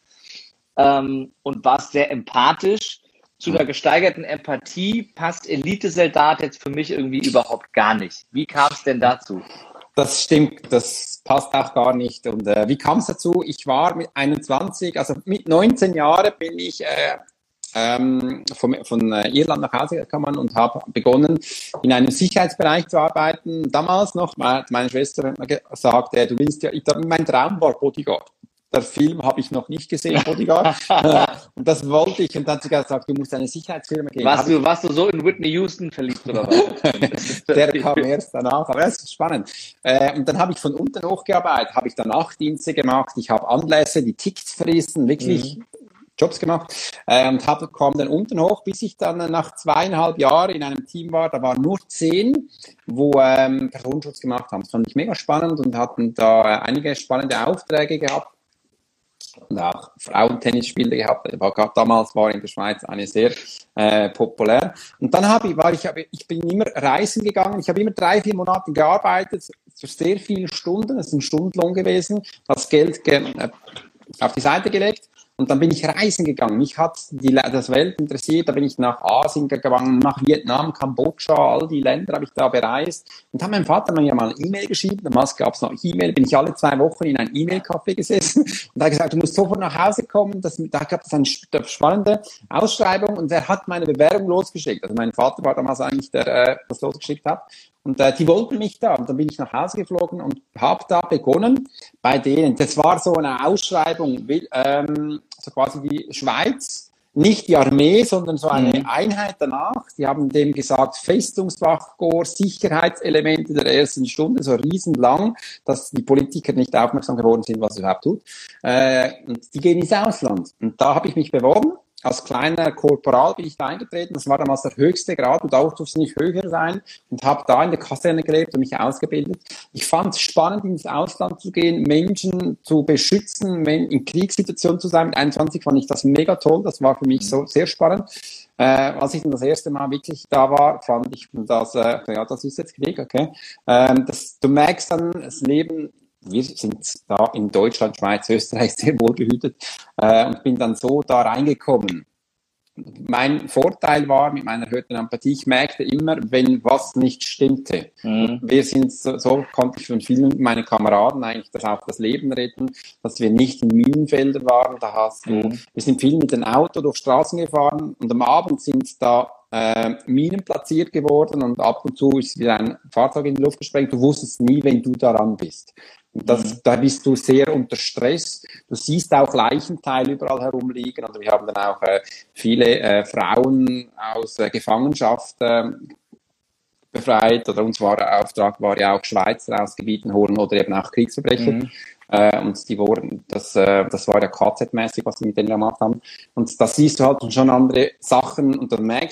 ähm, und warst sehr empathisch, zu einer gesteigerten Empathie passt Elitesoldat jetzt für mich irgendwie überhaupt gar nicht. Wie kam es denn dazu? Das stimmt, das passt auch gar nicht. Und äh, wie kam es dazu? Ich war mit einundzwanzig, also mit neunzehn Jahren bin ich äh, ähm, von, von äh, Irland nach Hause gekommen und habe begonnen, in einem Sicherheitsbereich zu arbeiten. Damals noch, meine, meine Schwester hat mir gesagt, äh, du willst ja, ich, mein Traum war Bodyguard. Der Film habe ich noch nicht gesehen, Bodyguard. Und das wollte ich. Und dann hat sie gesagt, du musst eine Sicherheitsfirma gehen. Warst du, warst du so in Whitney Houston verliebt oder was? Der kam erst danach. Aber das ist spannend. Äh, und dann habe ich von unten hochgearbeitet, habe ich dann Nachtdienste gemacht. Ich habe Anlässe, die Tickets verrissen, wirklich mhm. Jobs gemacht. Äh, und habe, kam dann unten hoch, bis ich dann nach zweieinhalb Jahren in einem Team war. Da waren nur zehn, wo ähm, Personenschutz gemacht haben. Das fand ich mega spannend und hatten da äh, einige spannende Aufträge gehabt. Und auch Frauentennisspiele gehabt. War, damals war in der Schweiz eine sehr äh, populär. Und dann habe ich, war ich, ich bin immer reisen gegangen. Ich habe immer drei, vier Monate gearbeitet, für sehr viele Stunden. Das ist ein Stundenlohn gewesen. Das Geld ge äh, auf die Seite gelegt. Und dann bin ich reisen gegangen. Mich hat die, das Welt interessiert. Da bin ich nach Asien gegangen, nach Vietnam, Kambodscha, all die Länder habe ich da bereist. Und habe meinem Vater mir ja mal eine E-Mail geschrieben. Damals gab es noch E-Mail. Bin ich alle zwei Wochen in ein E-Mail-Café gesessen. Und da hat gesagt, du musst sofort nach Hause kommen. Das, da gab es eine spannende Ausschreibung. Und er hat meine Bewerbung losgeschickt. Also mein Vater war damals eigentlich der, der das losgeschickt hat. Und äh, die wollten mich da. Und dann bin ich nach Hause geflogen und habe da begonnen bei denen. Das war so eine Ausschreibung, ähm, so quasi die Schweiz, nicht die Armee, sondern so eine mhm. Einheit danach. Die haben dem gesagt, Festungswachkorps, Sicherheitselemente der ersten Stunde, so riesenlang, dass die Politiker nicht aufmerksam geworden sind, was es überhaupt tut. Äh, und die gehen ins Ausland. Und da habe ich mich beworben. Als kleiner Korporal bin ich da eingetreten. Das war damals der höchste Grad. Du darfst nicht höher sein. Und habe da in der Kaserne gelebt und mich ausgebildet. Ich fand es spannend, ins Ausland zu gehen, Menschen zu beschützen, in Kriegssituationen zu sein. Mit einundzwanzig fand ich das mega toll. Das war für mich so sehr spannend. Äh, als ich dann das erste Mal wirklich da war, fand ich das, äh, ja, das ist jetzt Krieg, okay. Ähm, das, du merkst dann, das Leben, wir sind da in Deutschland, Schweiz, Österreich sehr wohl behütet äh, und bin dann so da reingekommen. Mein Vorteil war mit meiner erhöhten Empathie, ich merkte immer, wenn was nicht stimmte. Mhm. Wir sind so, so konnte ich von vielen meiner Kameraden eigentlich das auch das Leben retten, dass wir nicht in Minenfeldern waren. Da hast du, mhm. wir sind viel mit dem Auto durch Straßen gefahren und am Abend sind da äh, Minen platziert geworden und ab und zu ist wieder ein Fahrzeug in die Luft gesprengt. Du wusstest nie, wenn du daran bist. Und das, mhm. da bist du sehr unter Stress. Du siehst auch Leichenteile überall herumliegen. Und wir haben dann auch äh, viele äh, Frauen aus äh, Gefangenschaft äh, befreit. Oder uns war der Auftrag, war ja auch Schweizer aus Gebieten holen oder eben auch Kriegsverbrecher. Mhm. Äh, und die wurden, das, äh, das war ja K Z-mäßig, was sie mit denen gemacht haben. Und da siehst du halt schon andere Sachen und dann merkst du,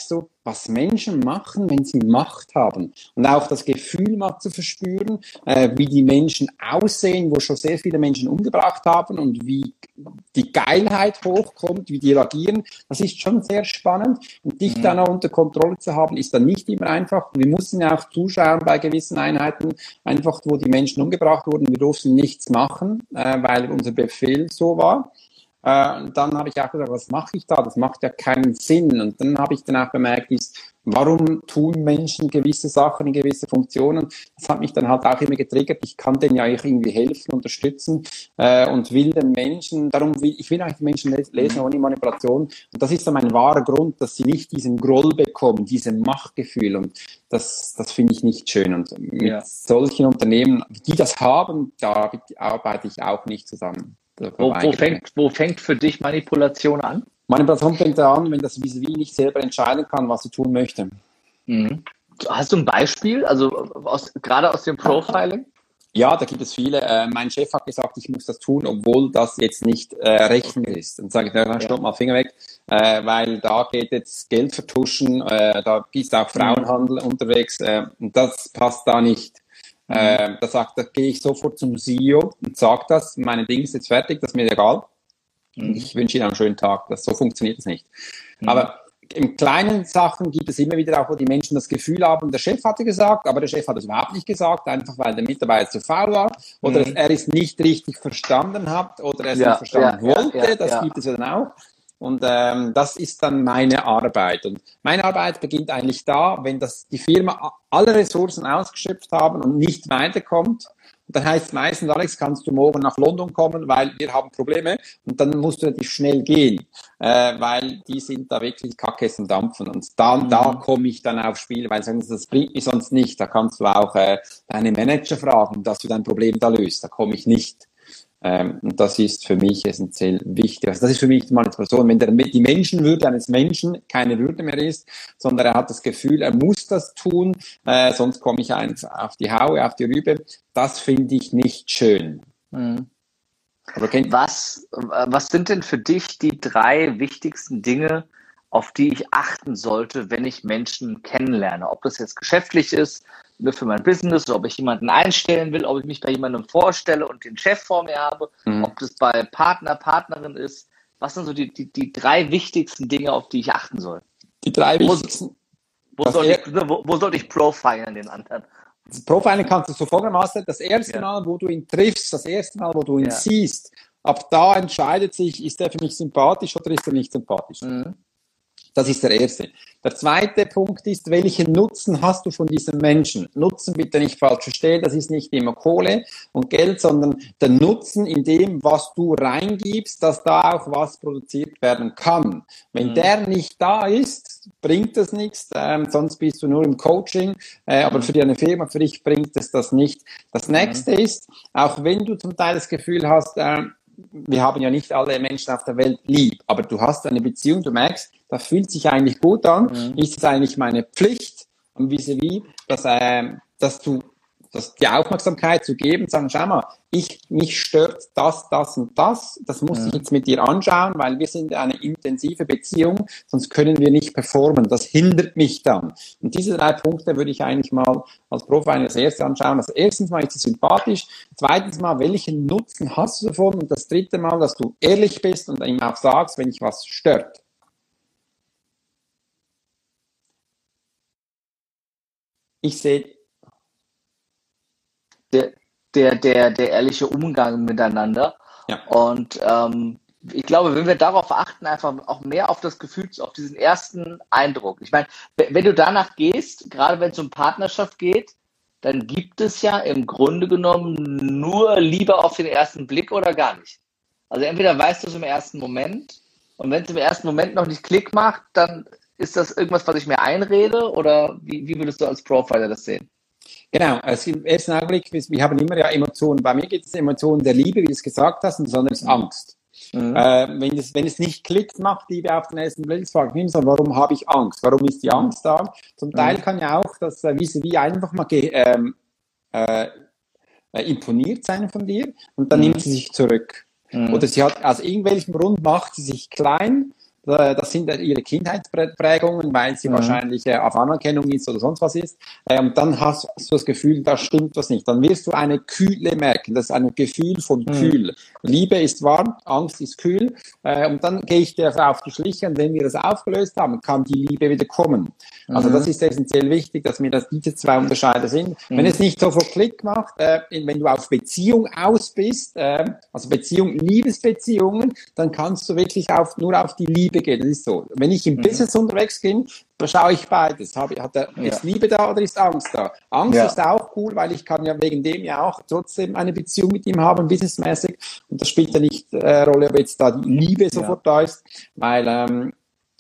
was Menschen machen, wenn sie Macht haben. Und auch das Gefühl mal zu verspüren, äh, wie die Menschen aussehen, wo schon sehr viele Menschen umgebracht haben und wie die Geilheit hochkommt, wie die reagieren. Das ist schon sehr spannend. Und dich mhm. dann auch unter Kontrolle zu haben, ist dann nicht immer einfach. Wir mussten ja auch zuschauen bei gewissen Einheiten, einfach wo die Menschen umgebracht wurden. Wir durften nichts machen, äh, weil unser Befehl so war. Äh, und dann habe ich auch gesagt, was mache ich da? Das macht ja keinen Sinn. Und dann habe ich dann auch bemerkt, ist, warum tun Menschen gewisse Sachen in gewisse Funktionen? Das hat mich dann halt auch immer getriggert. Ich kann denen ja irgendwie helfen, unterstützen äh, und will den Menschen, darum will ich will eigentlich die Menschen lesen ohne Manipulation. Und das ist dann mein wahrer Grund, dass sie nicht diesen Groll bekommen, dieses Machtgefühl. Und das, das finde ich nicht schön. Und mit ja. solchen Unternehmen, die das haben, da arbeite ich auch nicht zusammen. Wo, wo, fängt, wo fängt für dich Manipulation an? Manipulation fängt an, wenn das Vis-à-vis nicht selber entscheiden kann, was sie tun möchte. Mhm. Hast du ein Beispiel, also aus, gerade aus dem Profiling? Ja, da gibt es viele. Äh, mein Chef hat gesagt, ich muss das tun, obwohl das jetzt nicht äh, rechtens ist. Dann sage ich, dann stopp ja. mal Finger weg, äh, weil da geht jetzt Geld vertuschen, äh, da ist auch Frauenhandel mhm. unterwegs äh, und das passt da nicht. Mhm. Äh, da sagt, da gehe ich sofort zum C E O und sage das, meine Dinge ist jetzt fertig, das ist mir egal. Mhm. Ich wünsche Ihnen einen schönen Tag. Das, so funktioniert es nicht. Mhm. Aber in kleinen Sachen gibt es immer wieder auch, wo die Menschen das Gefühl haben, der Chef hatte gesagt, aber der Chef hat es überhaupt nicht gesagt, einfach weil der Mitarbeiter zu faul war oder mhm. er es nicht richtig verstanden hat oder er es ja, nicht verstanden ja, wollte. Ja, ja, das ja. gibt es ja dann auch. Und ähm, das ist dann meine Arbeit. Und meine Arbeit beginnt eigentlich da, wenn das die Firma alle Ressourcen ausgeschöpft haben und nicht weiterkommt. Und dann heißt es meistens, Alex, kannst du morgen nach London kommen, weil wir haben Probleme. Und dann musst du relativ schnell gehen, äh, weil die sind da wirklich Kacke und Dampfen. Und da, mhm. da komme ich dann aufs Spiel, weil sonst, das bringt mich sonst nicht. Da kannst du auch äh, deine Manager fragen, dass du dein Problem da löst. Da komme ich nicht. Ähm, und das ist für mich essentiell wichtig. Also das ist für mich die Manipulation. Wenn der, die Menschenwürde eines Menschen keine Würde mehr ist, sondern er hat das Gefühl, er muss das tun, äh, sonst komme ich einfach auf die Haue, auf die Rübe. Das finde ich nicht schön. Mhm. Aber was, was sind denn für dich die drei wichtigsten Dinge, auf die ich achten sollte, wenn ich Menschen kennenlerne? Ob das jetzt geschäftlich ist, für mein Business, ob ich jemanden einstellen will, ob ich mich bei jemandem vorstelle und den Chef vor mir habe, mhm. ob das bei Partner, Partnerin ist. Was sind so die, die, die drei wichtigsten Dinge, auf die ich achten soll? Die drei wo, wichtigsten. Wo soll, ich, wo, wo soll ich profilen den anderen? Das Profiling kannst du so folgendermaßen, das erste ja. Mal, wo du ihn triffst, das erste Mal, wo du ihn ja. siehst, ab da entscheidet sich, ist er für mich sympathisch oder ist er nicht sympathisch. Mhm. Das ist der erste. Der zweite Punkt ist, welchen Nutzen hast du von diesem Menschen? Nutzen bitte nicht falsch verstehen, das ist nicht immer Kohle und Geld, sondern der Nutzen in dem, was du reingibst, dass da auch was produziert werden kann. Wenn mhm. der nicht da ist, bringt das nichts, ähm, sonst bist du nur im Coaching, äh, aber für deine Firma, für dich bringt es das nicht. Das nächste mhm. ist, auch wenn du zum Teil das Gefühl hast, äh, wir haben ja nicht alle Menschen auf der Welt lieb, aber du hast eine Beziehung, du merkst, das fühlt sich eigentlich gut an, mhm. ist es eigentlich meine Pflicht, am vis-à-vis, dass, äh, dass du dass die Aufmerksamkeit zu geben, sagen, schau mal, ich, mich stört das, das und das, das muss mhm. ich jetzt mit dir anschauen, weil wir sind eine intensive Beziehung, sonst können wir nicht performen, das hindert mich dann. Und diese drei Punkte würde ich eigentlich mal als Profiler als erstes anschauen. Also erstens mal ist es sympathisch, zweitens mal, welchen Nutzen hast du davon und das dritte Mal, dass du ehrlich bist und ihm auch sagst, wenn dich was stört. Ich sehe Der, der, der, der ehrliche Umgang miteinander. Ja. Und ähm, ich glaube, wenn wir darauf achten, einfach auch mehr auf das Gefühl, auf diesen ersten Eindruck. Ich meine, wenn du danach gehst, gerade wenn es um Partnerschaft geht, dann gibt es ja im Grunde genommen nur Liebe auf den ersten Blick oder gar nicht. Also entweder weißt du es im ersten Moment und wenn es im ersten Moment noch nicht Klick macht, dann ist das irgendwas, was ich mir einrede oder wie, wie würdest du als Profiler das sehen? Genau, also im ersten Augenblick, wir haben immer ja Emotionen. Bei mir geht es Emotionen der Liebe, wie du es gesagt hast, und besonders Angst. Mhm. Äh, wenn, es, wenn es nicht klickt, macht Liebe auf den ersten Blick, frage ich mich immer so, warum habe ich Angst? Warum ist die Angst da? Zum Teil mhm. kann ja auch das äh, vis-à-vis einfach mal ge- ähm, äh, äh, imponiert sein von dir und dann mhm. nimmt sie sich zurück. Mhm. Oder sie hat, aus irgendwelchem Grund macht sie sich klein, Das sind ihre Kindheitsprägungen, weil sie mhm. wahrscheinlich äh, auf Anerkennung ist oder sonst was ist. Äh, und dann hast du das Gefühl, da stimmt was nicht. Dann wirst du eine Kühle merken. Das ist ein Gefühl von mhm. kühl. Liebe ist warm, Angst ist kühl. Äh, und dann gehe ich dir auf die Schliche. Und wenn wir das aufgelöst haben, kann die Liebe wieder kommen. Mhm. Also das ist essentiell wichtig, dass mir das diese zwei Unterschiede sind. Mhm. Wenn es nicht sofort Klick macht, äh, wenn du auf Beziehung aus bist, äh, also Beziehung, Liebesbeziehungen, dann kannst du wirklich auf, nur auf die Liebe gehen. Das ist so. Wenn ich im mhm. Business unterwegs bin, schaue ich beides. Habe, hat er, ja. Ist Liebe da oder ist Angst da? Angst ja. ist auch cool, weil ich kann ja wegen dem ja auch trotzdem eine Beziehung mit ihm haben, businessmäßig. Und das spielt ja nicht äh, Rolle, ob jetzt da die Liebe sofort ja. da ist, weil ähm,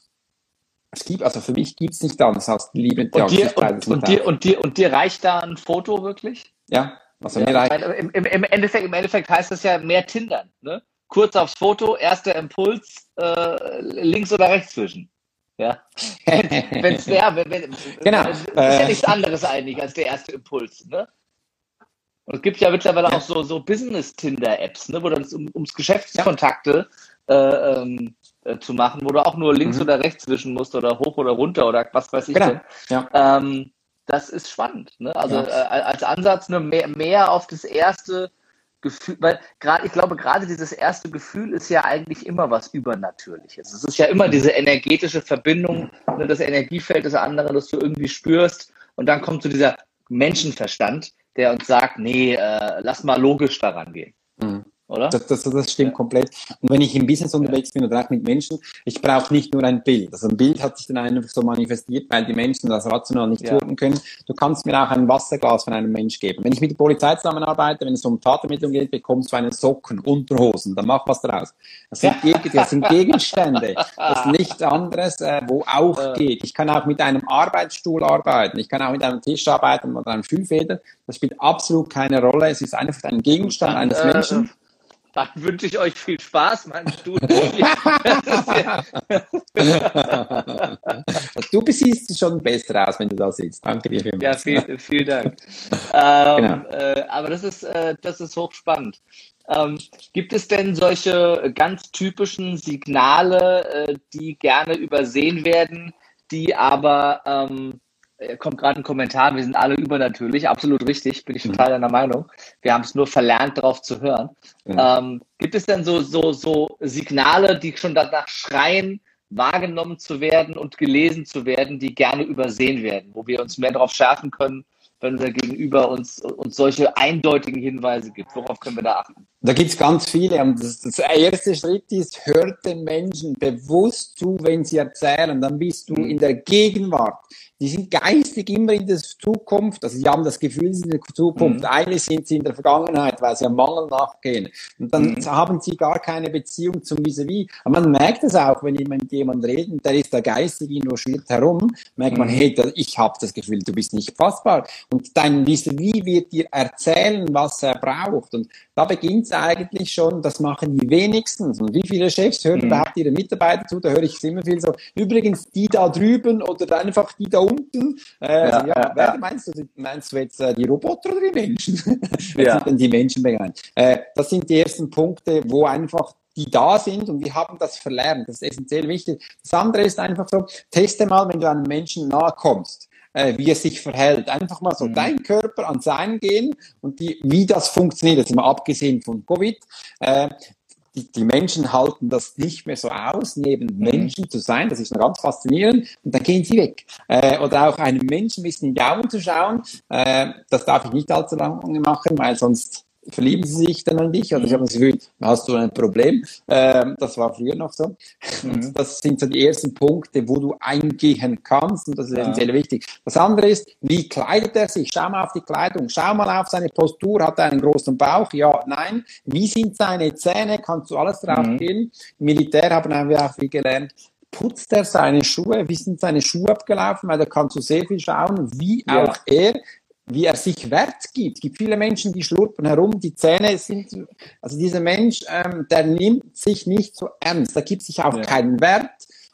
es gibt, also für mich gibt es nicht anders als die Liebe. Und dir, und, und, dir, und, dir, und dir reicht da ein Foto wirklich? Ja. Also ja, mir reicht. Im, im, im, Endeffekt, Im Endeffekt heißt das ja mehr Tindern, ne? Kurz aufs Foto, erster Impuls, äh, links oder rechts zwischen. Ja. Wenn es wäre, wenn, wenn, genau. ist ja nichts anderes eigentlich als der erste Impuls, ne? Und es gibt ja mittlerweile ja. auch so, so Business-Tinder-Apps, ne, wo dann um, ums Geschäftskontakte äh, ähm, äh, zu machen, wo du auch nur links mhm. oder rechts zwischen musst oder hoch oder runter oder was weiß ich genau. denn. Ja. Ähm, das ist spannend, ne? Also ja. äh, als Ansatz nur mehr, mehr auf das erste Gefühl, weil gerade, ich glaube, gerade dieses erste Gefühl ist ja eigentlich immer was Übernatürliches. Es ist ja immer diese energetische Verbindung, ne, das Energiefeld des anderen, das du irgendwie spürst, und dann kommt so dieser Menschenverstand, der uns sagt, nee, äh, lass mal logisch daran gehen. Mhm. Oder? Das, das, das stimmt ja. komplett. Und wenn ich im Business unterwegs bin oder auch mit Menschen, ich brauche nicht nur ein Bild. Also ein Bild hat sich dann einfach so manifestiert, weil die Menschen das rational nicht ja. zuordnen können. Du kannst mir auch ein Wasserglas von einem Mensch geben. Wenn ich mit der Polizei zusammenarbeite, wenn es um Tatermittlung geht, bekommst du eine Socken, Unterhosen, dann mach was draus. Das sind, ja. das sind Gegenstände. Das ist nichts anderes, äh, wo auch ja. geht. Ich kann auch mit einem Arbeitsstuhl arbeiten. Ich kann auch mit einem Tisch arbeiten oder einem Füllfeder. Das spielt absolut keine Rolle. Es ist einfach ein Gegenstand dann, eines äh, Menschen. Dann wünsche ich euch viel Spaß, mein Studio. Du siehst schon besser aus, wenn du da sitzt. Danke dir vielmals. Ja, viel, vielen Dank. ähm, genau. äh, aber das ist, äh, das ist hochspannend. Ähm, gibt es denn solche ganz typischen Signale, äh, die gerne übersehen werden, die aber... Ähm, kommt gerade ein Kommentar, wir sind alle übernatürlich, absolut richtig, bin ich total mhm. deiner Meinung. Wir haben es nur verlernt, darauf zu hören. Mhm. Ähm, gibt es denn so, so, so Signale, die schon danach schreien, wahrgenommen zu werden und gelesen zu werden, die gerne übersehen werden, wo wir uns mehr darauf schärfen können, wenn unser Gegenüber uns, uns solche eindeutigen Hinweise gibt? Worauf können wir da achten? Da gibt's ganz viele. Und das, das erste Schritt ist, hört den Menschen bewusst zu, wenn sie erzählen. Dann bist du in der Gegenwart. Die sind geistig immer in der Zukunft. Also sie haben das Gefühl, sie sind in der Zukunft. Mhm. Eigentlich sind sie in der Vergangenheit, weil sie am Mangel nachgehen. Und dann mhm. haben sie gar keine Beziehung zum Vis-à-vis. Aber man merkt es auch, wenn ich mit jemandem rede, der ist da geistig nur schwirrt herum, merkt man, mhm. hey, ich habe das Gefühl, du bist nicht fassbar. Und dein Vis-à-vis wird dir erzählen, was er braucht. Und da beginnt es eigentlich schon, das machen die wenigsten. Und wie viele Chefs hören mhm. überhaupt ihre Mitarbeiter zu? Da höre ich immer viel so, übrigens die da drüben oder einfach die da unten. Äh, ja, also, ja, ja, wer ja. meinst du? Meinst du jetzt äh, die Roboter oder die Menschen? Was ja. sind denn die Menschen begeistert? Äh, das sind die ersten Punkte, wo einfach die da sind und wir haben das verlernt. Das ist essentiell wichtig. Das andere ist einfach so, teste mal, wenn du einem Menschen nahe kommst, äh, wie er sich verhält. Einfach mal so mhm. dein Körper an seinen gehen und die, wie das funktioniert. Jetzt mal abgesehen von Covid. Äh, Die, die Menschen halten das nicht mehr so aus, neben mhm. Menschen zu sein. Das ist noch ganz faszinierend. Und dann gehen sie weg. Äh, oder auch einem Menschen ein bisschen in die Augen zu schauen. Äh, das darf ich nicht allzu lange machen, weil sonst verlieben sie sich dann an dich. Oder ich habe das Gefühl, hast du ein Problem. Äh, das war früher noch so. Mhm. Und das sind so die ersten Punkte, wo du eingehen kannst. Und das ist ja. sehr wichtig. Das andere ist, wie kleidet er sich? Schau mal auf die Kleidung. Schau mal auf seine Postur. Hat er einen großen Bauch? Ja, nein. Wie sind seine Zähne? Kannst du alles drauf mhm. gehen? Im Militär haben wir auch viel gelernt. Putzt er seine Schuhe? Wie sind seine Schuhe abgelaufen? Weil da kannst du sehr viel schauen, wie ja. auch er wie er sich Wert gibt. Es gibt viele Menschen, die schlurpen herum, die Zähne sind, also dieser Mensch, ähm, der nimmt sich nicht so ernst, da gibt sich auch ja. keinen Wert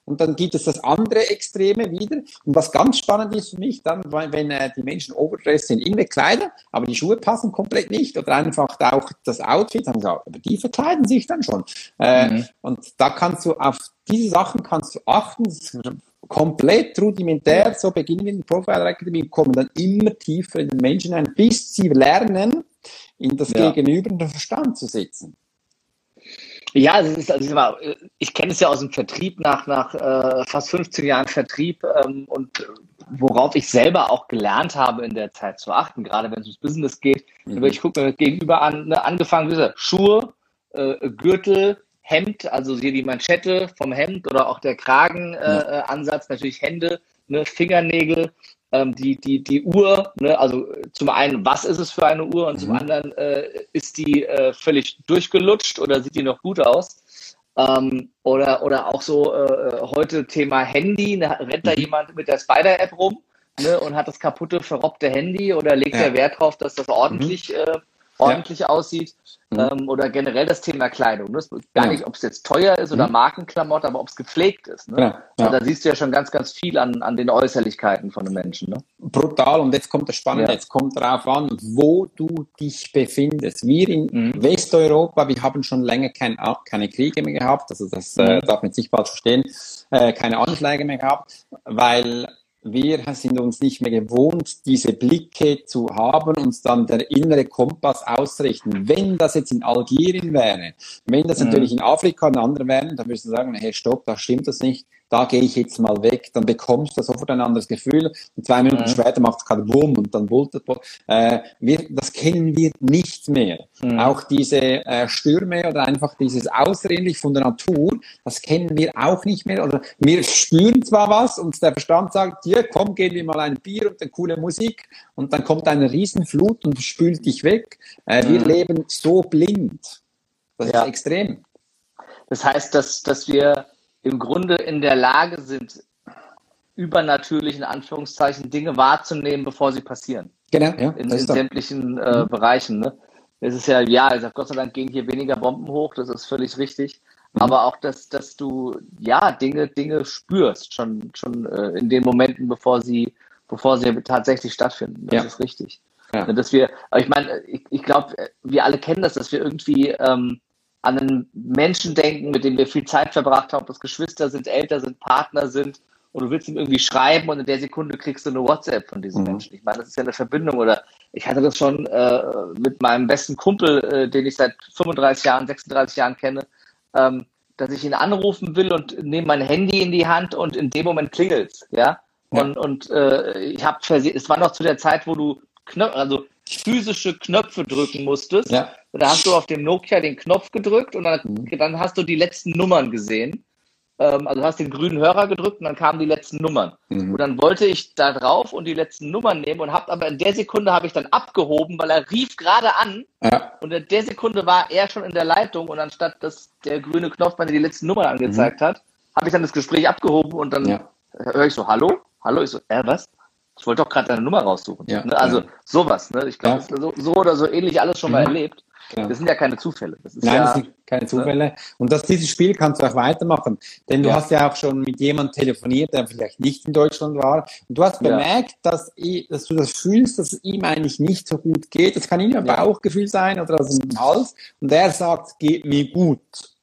Und dann gibt es das andere Extreme wieder. Und was ganz spannend ist für mich dann, wenn äh, die Menschen overdressed sind, in Kleider, aber die Schuhe passen komplett nicht oder einfach auch das Outfit, haben gesagt, aber die verkleiden sich dann schon. Äh, mhm. Und da kannst du auf diese Sachen kannst du achten, komplett rudimentär, so beginnen wir in der Profiler Academy, kommen dann immer tiefer in den Menschen ein, bis sie lernen, in das ja. Gegenüber und den Verstand zu setzen. Ja, es ist, also ich, mal, ich kenne es ja aus dem Vertrieb nach, nach äh, fast fünfzehn Jahren Vertrieb ähm, und worauf ich selber auch gelernt habe in der Zeit zu achten, gerade wenn es ums Business geht. Mhm. Ich gucke mir das Gegenüber an, ne, angefangen wie Schuhe, äh, Gürtel, Hemd, also hier die Manschette vom Hemd oder auch der Kragenansatz, äh, ja. natürlich Hände, ne, Fingernägel, ähm, die, die, die Uhr, ne, also zum einen, was ist es für eine Uhr und mhm. zum anderen, äh, ist die äh, völlig durchgelutscht oder sieht die noch gut aus? Ähm, oder, oder auch so äh, heute Thema Handy, ne, rennt mhm. da jemand mit der Spider-App rum, ne, und hat das kaputte, verrobbte Handy oder legt ja. er Wert drauf, dass das ordentlich, mhm. äh, ordentlich ja. aussieht? Mhm. Ähm, oder generell das Thema Kleidung. Ne? Gar ja. nicht, ob es jetzt teuer ist oder mhm. Markenklamotte, aber ob es gepflegt ist. Ne? Ja. Ja. Also da siehst du ja schon ganz, ganz viel an, an den Äußerlichkeiten von den Menschen. Ne? Brutal. Und jetzt kommt das Spannende, ja. jetzt kommt darauf an, wo du dich befindest. Wir in mhm. Westeuropa, wir haben schon länger kein, keine Kriege mehr gehabt, also das mhm. äh, darf man jetzt nicht falsch verstehen, äh, keine Anschläge mehr gehabt, weil wir sind uns nicht mehr gewohnt, diese Blicke zu haben, uns dann der innere Kompass ausrichten. Wenn das jetzt in Algerien wäre, wenn das mhm. natürlich in Afrika ein anderer wäre, dann würdest du sagen, hey, stopp, da stimmt das nicht, da gehe ich jetzt mal weg, dann bekommst du sofort ein anderes Gefühl und zwei Minuten mhm. später macht es gerade Bumm und dann bultet äh, wir, das kennen wir nicht mehr. Mhm. Auch diese äh, Stürme oder einfach dieses Außerordentlich von der Natur, das kennen wir auch nicht mehr. Oder wir spüren zwar was und der Verstand sagt, hier, komm, gehen wir mal ein Bier und eine coole Musik und dann kommt eine Riesenflut und spült dich weg. Äh, mhm. Wir leben so blind. Das ja. ist extrem. Das heißt, dass, dass wir im Grunde in der Lage sind, übernatürlich in Anführungszeichen Dinge wahrzunehmen, bevor sie passieren. Genau, ja. In, in sämtlichen äh, mhm. Bereichen. Ne? Es ist ja, ja, ich sag, Gott sei Dank gehen hier weniger Bomben hoch, das ist völlig richtig. Mhm. Aber auch, dass, dass du ja Dinge, Dinge spürst, schon, schon äh, in den Momenten, bevor sie, bevor sie tatsächlich stattfinden. Das ja. ist richtig. Ja. Dass wir, aber ich meine, ich, ich glaube, wir alle kennen das, dass wir irgendwie ähm, an einen Menschen denken, mit dem wir viel Zeit verbracht haben, ob das Geschwister sind, Eltern sind, Partner sind, und du willst ihm irgendwie schreiben und in der Sekunde kriegst du eine WhatsApp von diesem mhm. Menschen. Ich meine, das ist ja eine Verbindung. Oder ich hatte das schon äh, mit meinem besten Kumpel, äh, den ich seit fünfunddreißig Jahren, sechsunddreißig Jahren kenne, ähm, dass ich ihn anrufen will und nehme mein Handy in die Hand und in dem Moment klingelt's, ja. ja. Und, und äh, ich habe es war noch zu der Zeit, wo du Knöpfe, also physische Knöpfe drücken musstest. Ja. Da hast du auf dem Nokia den Knopf gedrückt und dann, mhm. dann hast du die letzten Nummern gesehen. Ähm, also hast den grünen Hörer gedrückt und dann kamen die letzten Nummern. Mhm. Und dann wollte ich da drauf und die letzten Nummern nehmen und hab aber in der Sekunde habe ich dann abgehoben, weil er rief gerade an. Ja. Und in der Sekunde war er schon in der Leitung und anstatt dass der grüne Knopf mir die letzten Nummern angezeigt mhm. hat, habe ich dann das Gespräch abgehoben und dann ja. höre ich so, hallo? Hallo? Ich so, äh, was? Ich wollte doch gerade deine Nummer raussuchen. Ja, ne? Also ja. sowas. Ne? Ich glaube, ja. so, so oder so ähnlich alles schon mal mhm. erlebt. Ja. Das sind ja keine Zufälle. Das ist Nein, ja, das sind keine Zufälle. Ne? Und das, dieses Spiel kannst du auch weitermachen. Denn du ja. hast ja auch schon mit jemandem telefoniert, der vielleicht nicht in Deutschland war. Und du hast bemerkt, ja. dass, ich, dass du das fühlst, dass es ihm eigentlich nicht so gut geht. Das kann ihm ein ja. Bauchgefühl sein oder aus dem Hals. Und er sagt, es geht mir gut.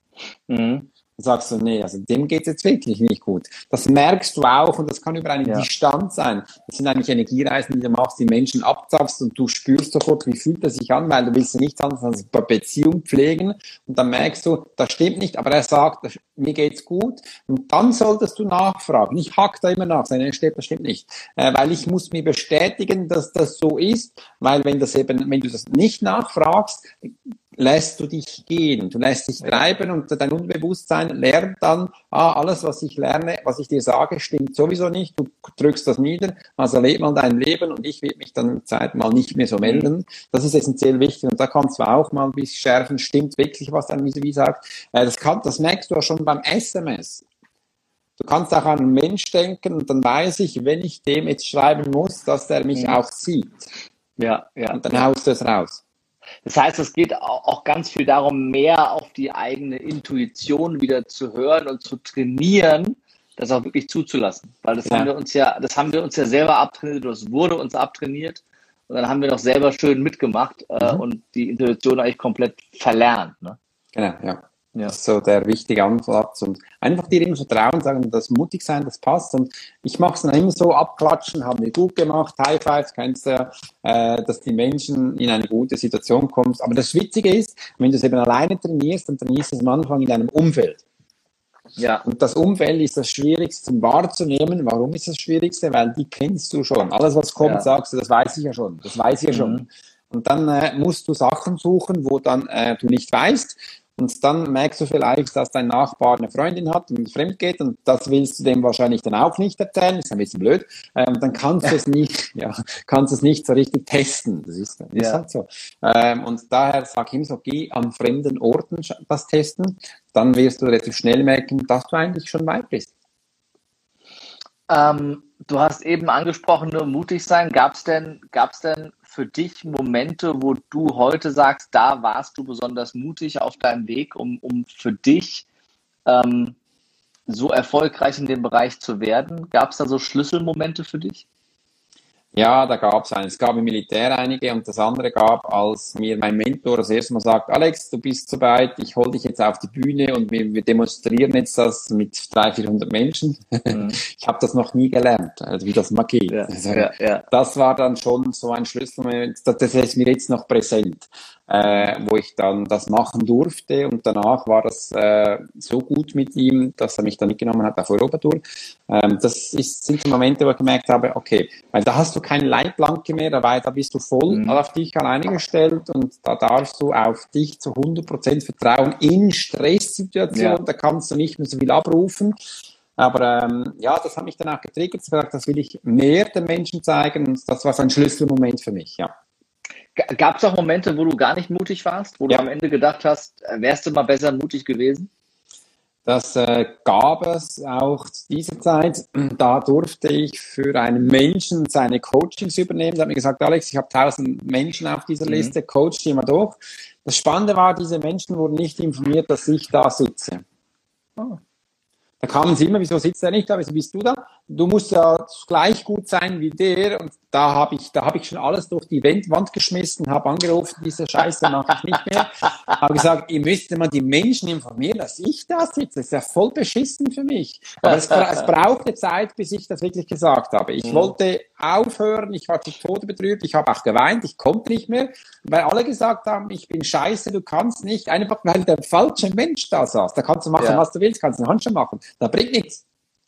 Mhm. Dann sagst du, nee, also dem geht's jetzt wirklich nicht gut. Das merkst du auch und das kann über eine ja. Distanz sein. Das sind eigentlich Energiereisen, die du machst, die Menschen abzapfst und du spürst sofort, wie fühlt er sich an, weil du willst ja nichts anderes als eine Beziehung pflegen und dann merkst du, das stimmt nicht, aber er sagt, mir geht's gut und dann solltest du nachfragen. Ich hack da immer nach, das stimmt, das stimmt nicht, äh, weil ich muss mir bestätigen, dass das so ist, weil wenn das eben, wenn du das nicht nachfragst, lässt du dich gehen, du lässt dich treiben und dein Unbewusstsein lernt dann, ah, alles, was ich lerne, was ich dir sage, stimmt sowieso nicht, du drückst das nieder, also leb mal dein Leben und ich will mich dann in Zeit mal nicht mehr so melden. Das ist essentiell wichtig und da kannst du auch mal ein bisschen schärfen, stimmt wirklich, was dein Vis-à-vis sagt. Das kann, das merkst du auch schon beim S M S. Du kannst auch an einen Mensch denken und dann weiß ich, wenn ich dem jetzt schreiben muss, dass der mich ja. auch sieht. Ja, ja. Und dann haust du es raus. Das heißt, es geht auch ganz viel darum, mehr auf die eigene Intuition wieder zu hören und zu trainieren, das auch wirklich zuzulassen. Weil das Ja. haben wir uns ja, das haben wir uns ja selber abtrainiert, das wurde uns abtrainiert und dann haben wir noch selber schön mitgemacht äh, Mhm. und die Intuition eigentlich komplett verlernt. Ne? Genau, ja. Ja. Das ist so der wichtige Ansatz und einfach dir immer vertrauen, sagen, das mutig sein, das passt und ich mache es dann immer so, abklatschen, haben wir gut gemacht, High Five, kennst du ja, äh, dass die Menschen in eine gute Situation kommen. Aber das Witzige ist, wenn du es eben alleine trainierst, dann trainierst du es am Anfang in deinem Umfeld. Ja. Und das Umfeld ist das Schwierigste zum wahrzunehmen. Warum ist das Schwierigste? Weil die kennst du schon. Alles, was kommt, Ja. sagst du, das weiß ich ja schon. Das weiß ich ja schon. Mhm. Und dann äh, musst du Sachen suchen, wo dann äh, du nicht weißt. Und dann merkst du vielleicht, dass dein Nachbar eine Freundin hat und fremd geht und das willst du dem wahrscheinlich dann auch nicht erzählen. Das ist ein bisschen blöd. Ähm, dann kannst du es nicht, ja, kannst du es nicht so richtig testen. Das ist, das ist Ja. halt so. Ähm, und daher sage ich immer so, geh an fremden Orten das testen. Dann wirst du relativ schnell merken, dass du eigentlich schon weit bist. Ähm, du hast eben angesprochen, nur mutig sein. Gab es denn, gab's denn für dich Momente, wo du heute sagst, da warst du besonders mutig auf deinem Weg, um, um für dich ähm, so erfolgreich in dem Bereich zu werden? Gab es da so Schlüsselmomente für dich? Ja, da gab es einen. Es gab im Militär einige und das andere gab, als mir mein Mentor das erste Mal sagt, Alex, du bist so weit, ich hole dich jetzt auf die Bühne und wir, wir demonstrieren jetzt das mit dreihundert, vierhundert Menschen. Mhm. Ich habe das noch nie gelernt, also wie das mal geht. Ja, Also, ja, ja. das war dann schon so ein Schlüsselmoment, das, das ist mir jetzt noch präsent, äh, wo ich dann das machen durfte und danach war das äh, so gut mit ihm, dass er mich dann mitgenommen hat auf Europatour. Ähm, das ist, sind die Momente, wo ich gemerkt habe, okay, weil da hast du keine Leitplanke mehr, dabei, da bist du voll Mhm. auf dich alleine gestellt und da darfst du auf dich zu hundert Prozent vertrauen in Stresssituationen, Ja. da kannst du nicht mehr so viel abrufen. Aber ähm, ja, das hat mich dann auch getriggert, ich habe gesagt, das will ich mehr den Menschen zeigen und das war so ein Schlüsselmoment für mich, ja. Gab es auch Momente, wo du gar nicht mutig warst, wo du Ja. am Ende gedacht hast, äh, wärst du mal besser mutig gewesen? Das äh, gab es auch zu dieser Zeit. Da durfte ich für einen Menschen seine Coachings übernehmen. Da hat mir gesagt, Alex, ich habe tausend Menschen auf dieser Mhm. Liste, coach die mal durch. Das Spannende war, diese Menschen wurden nicht informiert, dass ich da sitze. Oh. Da kamen sie immer, wieso sitzt er nicht da, wieso bist du da? Du musst ja gleich gut sein wie der. Und da habe ich, da habe ich schon alles durch die Wand, Wand geschmissen, habe angerufen, diese Scheiße mache ich nicht mehr. Habe gesagt, ihr müsst mal die Menschen informieren, dass ich da sitze. Das ist ja voll beschissen für mich. Aber es, bra es brauchte Zeit, bis ich das wirklich gesagt habe. Ich Mhm. wollte aufhören, ich war zu Tode betrübt, ich habe auch geweint, ich konnte nicht mehr, weil alle gesagt haben, ich bin scheiße, du kannst nicht, einfach weil der falsche Mensch da saß. Da kannst du machen, Ja. was du willst, kannst du einen Handstand machen. Da bringt nichts.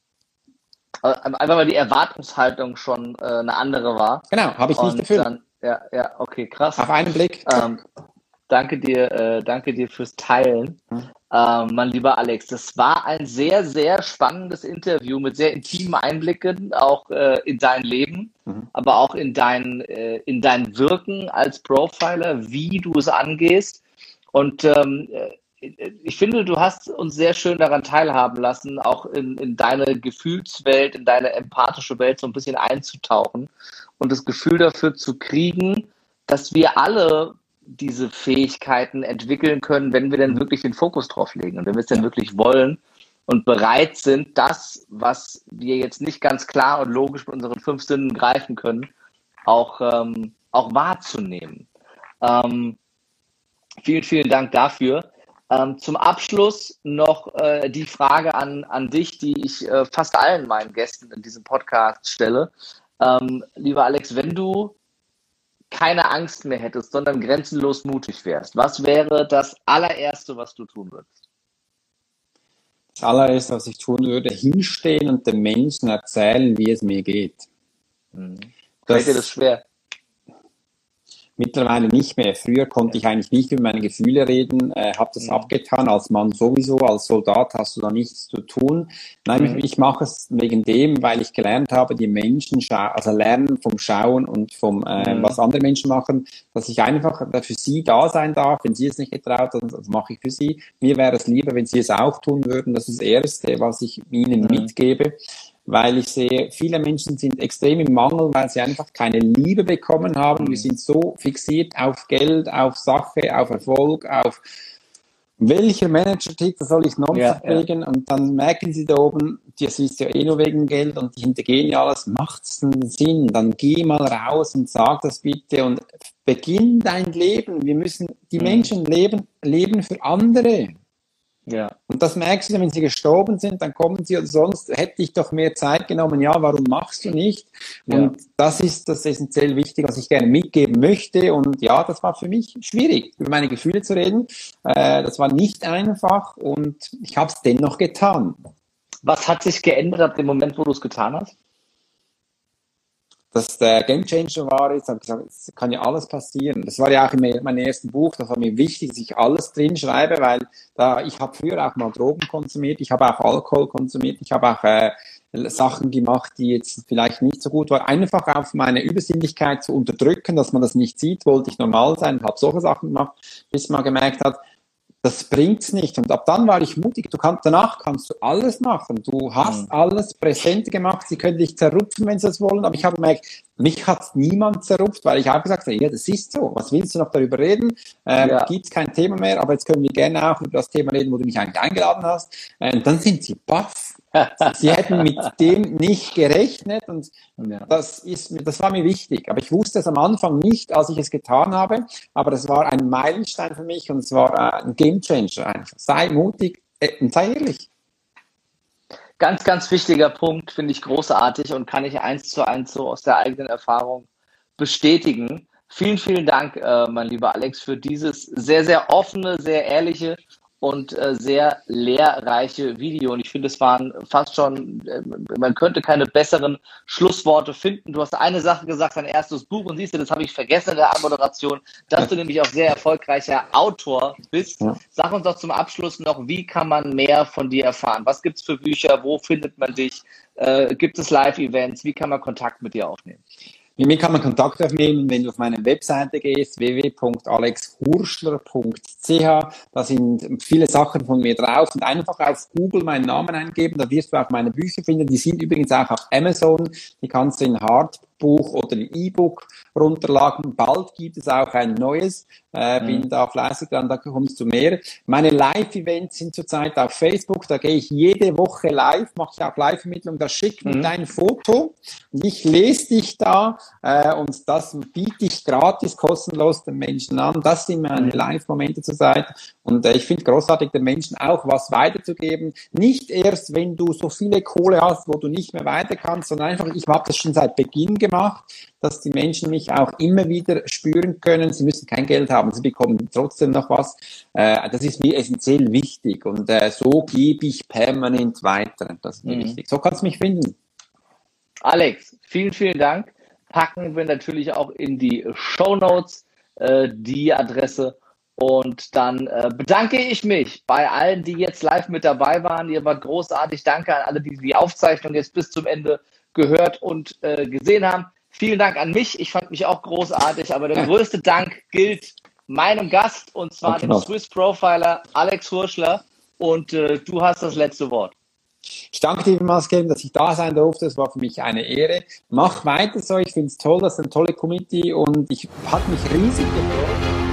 Einfach weil die Erwartungshaltung schon äh, eine andere war. Genau, habe ich nicht Und erfüllt. dann, ja, ja, okay, krass. Auf einen Blick. Ähm, danke dir, äh, danke dir fürs Teilen, Mhm. ähm, mein lieber Alex. Das war ein sehr, sehr spannendes Interview mit sehr intimen Einblicken, auch äh, in dein Leben, Mhm. aber auch in dein, äh, in dein Wirken als Profiler, wie du es angehst. Und ähm, ich finde, du hast uns sehr schön daran teilhaben lassen, auch in, in deine Gefühlswelt, in deine empathische Welt so ein bisschen einzutauchen und das Gefühl dafür zu kriegen, dass wir alle diese Fähigkeiten entwickeln können, wenn wir denn wirklich den Fokus drauf legen und wenn wir es denn wirklich wollen und bereit sind, das, was wir jetzt nicht ganz klar und logisch mit unseren fünf Sinnen greifen können, auch, ähm, auch wahrzunehmen. Ähm, vielen, vielen Dank dafür. Ähm, zum Abschluss noch äh, die Frage an, an dich, die ich äh, fast allen meinen Gästen in diesem Podcast stelle. Ähm, lieber Alex, wenn du keine Angst mehr hättest, sondern grenzenlos mutig wärst, was wäre das allererste, was du tun würdest? Das allererste, was ich tun würde, hinstehen und den Menschen erzählen, wie es mir geht. Hm. Fällt dir das schwer? Mittlerweile nicht mehr. Früher konnte ich eigentlich nicht über meine Gefühle reden, äh, habe das Mhm. abgetan. Als Mann sowieso, als Soldat hast du da nichts zu tun. Nein, Mhm. ich, ich mache es wegen dem, weil ich gelernt habe, die Menschen, schau also lernen vom Schauen und vom, äh, Mhm. was andere Menschen machen, dass ich einfach für sie da sein darf. Wenn sie es nicht getraut haben, das mache ich für sie. Mir wäre es lieber, wenn sie es auch tun würden. Das ist das Erste, was ich ihnen Mhm. mitgebe. Weil ich sehe, viele Menschen sind extrem im Mangel, weil sie einfach keine Liebe bekommen haben. Mhm. Wir sind so fixiert auf Geld, auf Sache, auf Erfolg, auf welcher Manager-Titel soll ich noch Ja, verpflegen? Ja. Und dann merken sie da oben, das ist ja eh nur wegen Geld und die hintergehen ja alles. Macht's einen Sinn? Dann geh mal raus und sag das bitte und beginn dein Leben. Wir müssen, die mhm. Menschen leben, leben für andere. Ja. Und das merkst du, wenn sie gestorben sind, dann kommen sie, oder sonst hätte ich doch mehr Zeit genommen. Ja, warum machst du nicht? Und ja. das ist das essentiell Wichtige, was ich gerne mitgeben möchte. Und ja, das war für mich schwierig, über meine Gefühle zu reden. Äh, das war nicht einfach und ich habe es dennoch getan. Was hat sich geändert ab dem Moment, wo du es getan hast? Dass der Gamechanger war, jetzt habe ich gesagt, es kann ja alles passieren. Das war ja auch in meinem ersten Buch, das war mir wichtig, dass ich alles drin schreibe, weil da ich habe früher auch mal Drogen konsumiert, ich habe auch Alkohol konsumiert, ich habe auch äh, Sachen gemacht, die jetzt vielleicht nicht so gut waren. Einfach auf meine Übersinnlichkeit zu unterdrücken, dass man das nicht sieht, wollte ich normal sein, habe solche Sachen gemacht, bis man gemerkt hat, das bringt's nicht. Und ab dann war ich mutig. Du kannst, danach kannst du alles machen. Du hast mhm. alles präsent gemacht. Sie können dich zerrupfen, wenn sie das wollen. Aber ich habe gemerkt, mich hat niemand zerrupft, weil ich habe gesagt, ja, das ist so. Was willst du noch darüber reden? Ähm, ja. Gibt's kein Thema mehr. Aber jetzt können wir gerne auch über das Thema reden, wo du mich eigentlich eingeladen hast. Und dann sind sie baff. Sie hätten mit dem nicht gerechnet und ja. das ist, das war mir wichtig. Aber ich wusste es am Anfang nicht, als ich es getan habe. Aber das war ein Meilenstein für mich und es war ein Gamechanger einfach. Sei mutig und sei ehrlich. Ganz, ganz wichtiger Punkt, finde ich großartig und kann ich eins zu eins so aus der eigenen Erfahrung bestätigen. Vielen, vielen Dank, äh, mein lieber Alex, für dieses sehr, sehr offene, sehr ehrliche und äh, sehr lehrreiche Video. Und ich finde, es waren fast schon, äh, man könnte keine besseren Schlussworte finden. Du hast eine Sache gesagt, dein erstes Buch, und siehst du, das habe ich vergessen in der Anmoderation, dass du nämlich auch sehr erfolgreicher Autor bist. Ja. Sag uns doch zum Abschluss noch, wie kann man mehr von dir erfahren? Was gibt es für Bücher? Wo findet man dich? Äh, gibt es Live-Events? Wie kann man Kontakt mit dir aufnehmen? Mit mir kann man Kontakt aufnehmen, wenn du auf meine Webseite gehst, w w w punkt alex hurschler punkt c h. Da sind viele Sachen von mir drauf und einfach auf Google meinen Namen eingeben, da wirst du auch meine Bücher finden. Die sind übrigens auch auf Amazon, die kannst du in Hardbuch oder in E-Book runterladen. Bald gibt es auch ein neues, äh, bin mhm. da fleißig dran, da kommst du mehr. Meine Live-Events sind zurzeit auf Facebook, da gehe ich jede Woche live, mache ich auch Live-Vermittlung, da schick mir mhm. dein Foto und ich lese dich da äh, und das biete ich gratis, kostenlos den Menschen an. Das sind meine Live-Momente zurzeit und äh, ich finde großartig, den Menschen auch was weiterzugeben. Nicht erst, wenn du so viele Kohle hast, wo du nicht mehr weiter kannst, sondern einfach, ich habe das schon seit Beginn gemacht, dass die Menschen mich auch immer wieder spüren können. Sie müssen kein Geld haben, sie bekommen trotzdem noch was. Äh, das ist mir essentiell wichtig und äh, so gebe ich permanent weiter. Das ist mir mhm. wichtig. So kannst du mich finden. Alex, vielen, vielen Dank. Packen wir natürlich auch in die Shownotes äh, die Adresse. Und dann äh, bedanke ich mich bei allen, die jetzt live mit dabei waren. Ihr wart großartig. Danke an alle, die die Aufzeichnung jetzt bis zum Ende gehört und äh, gesehen haben. Vielen Dank an mich. Ich fand mich auch großartig, aber der größte Dank gilt meinem Gast, und zwar dem Swiss Profiler Alex Hurschler. Und äh, du hast das letzte Wort. Ich danke dir vielmals, Kevin, dass ich da sein durfte. Es war für mich eine Ehre. Mach weiter so. Ich finde es toll, das ist eine tolle Community und ich hat mich riesig gefreut.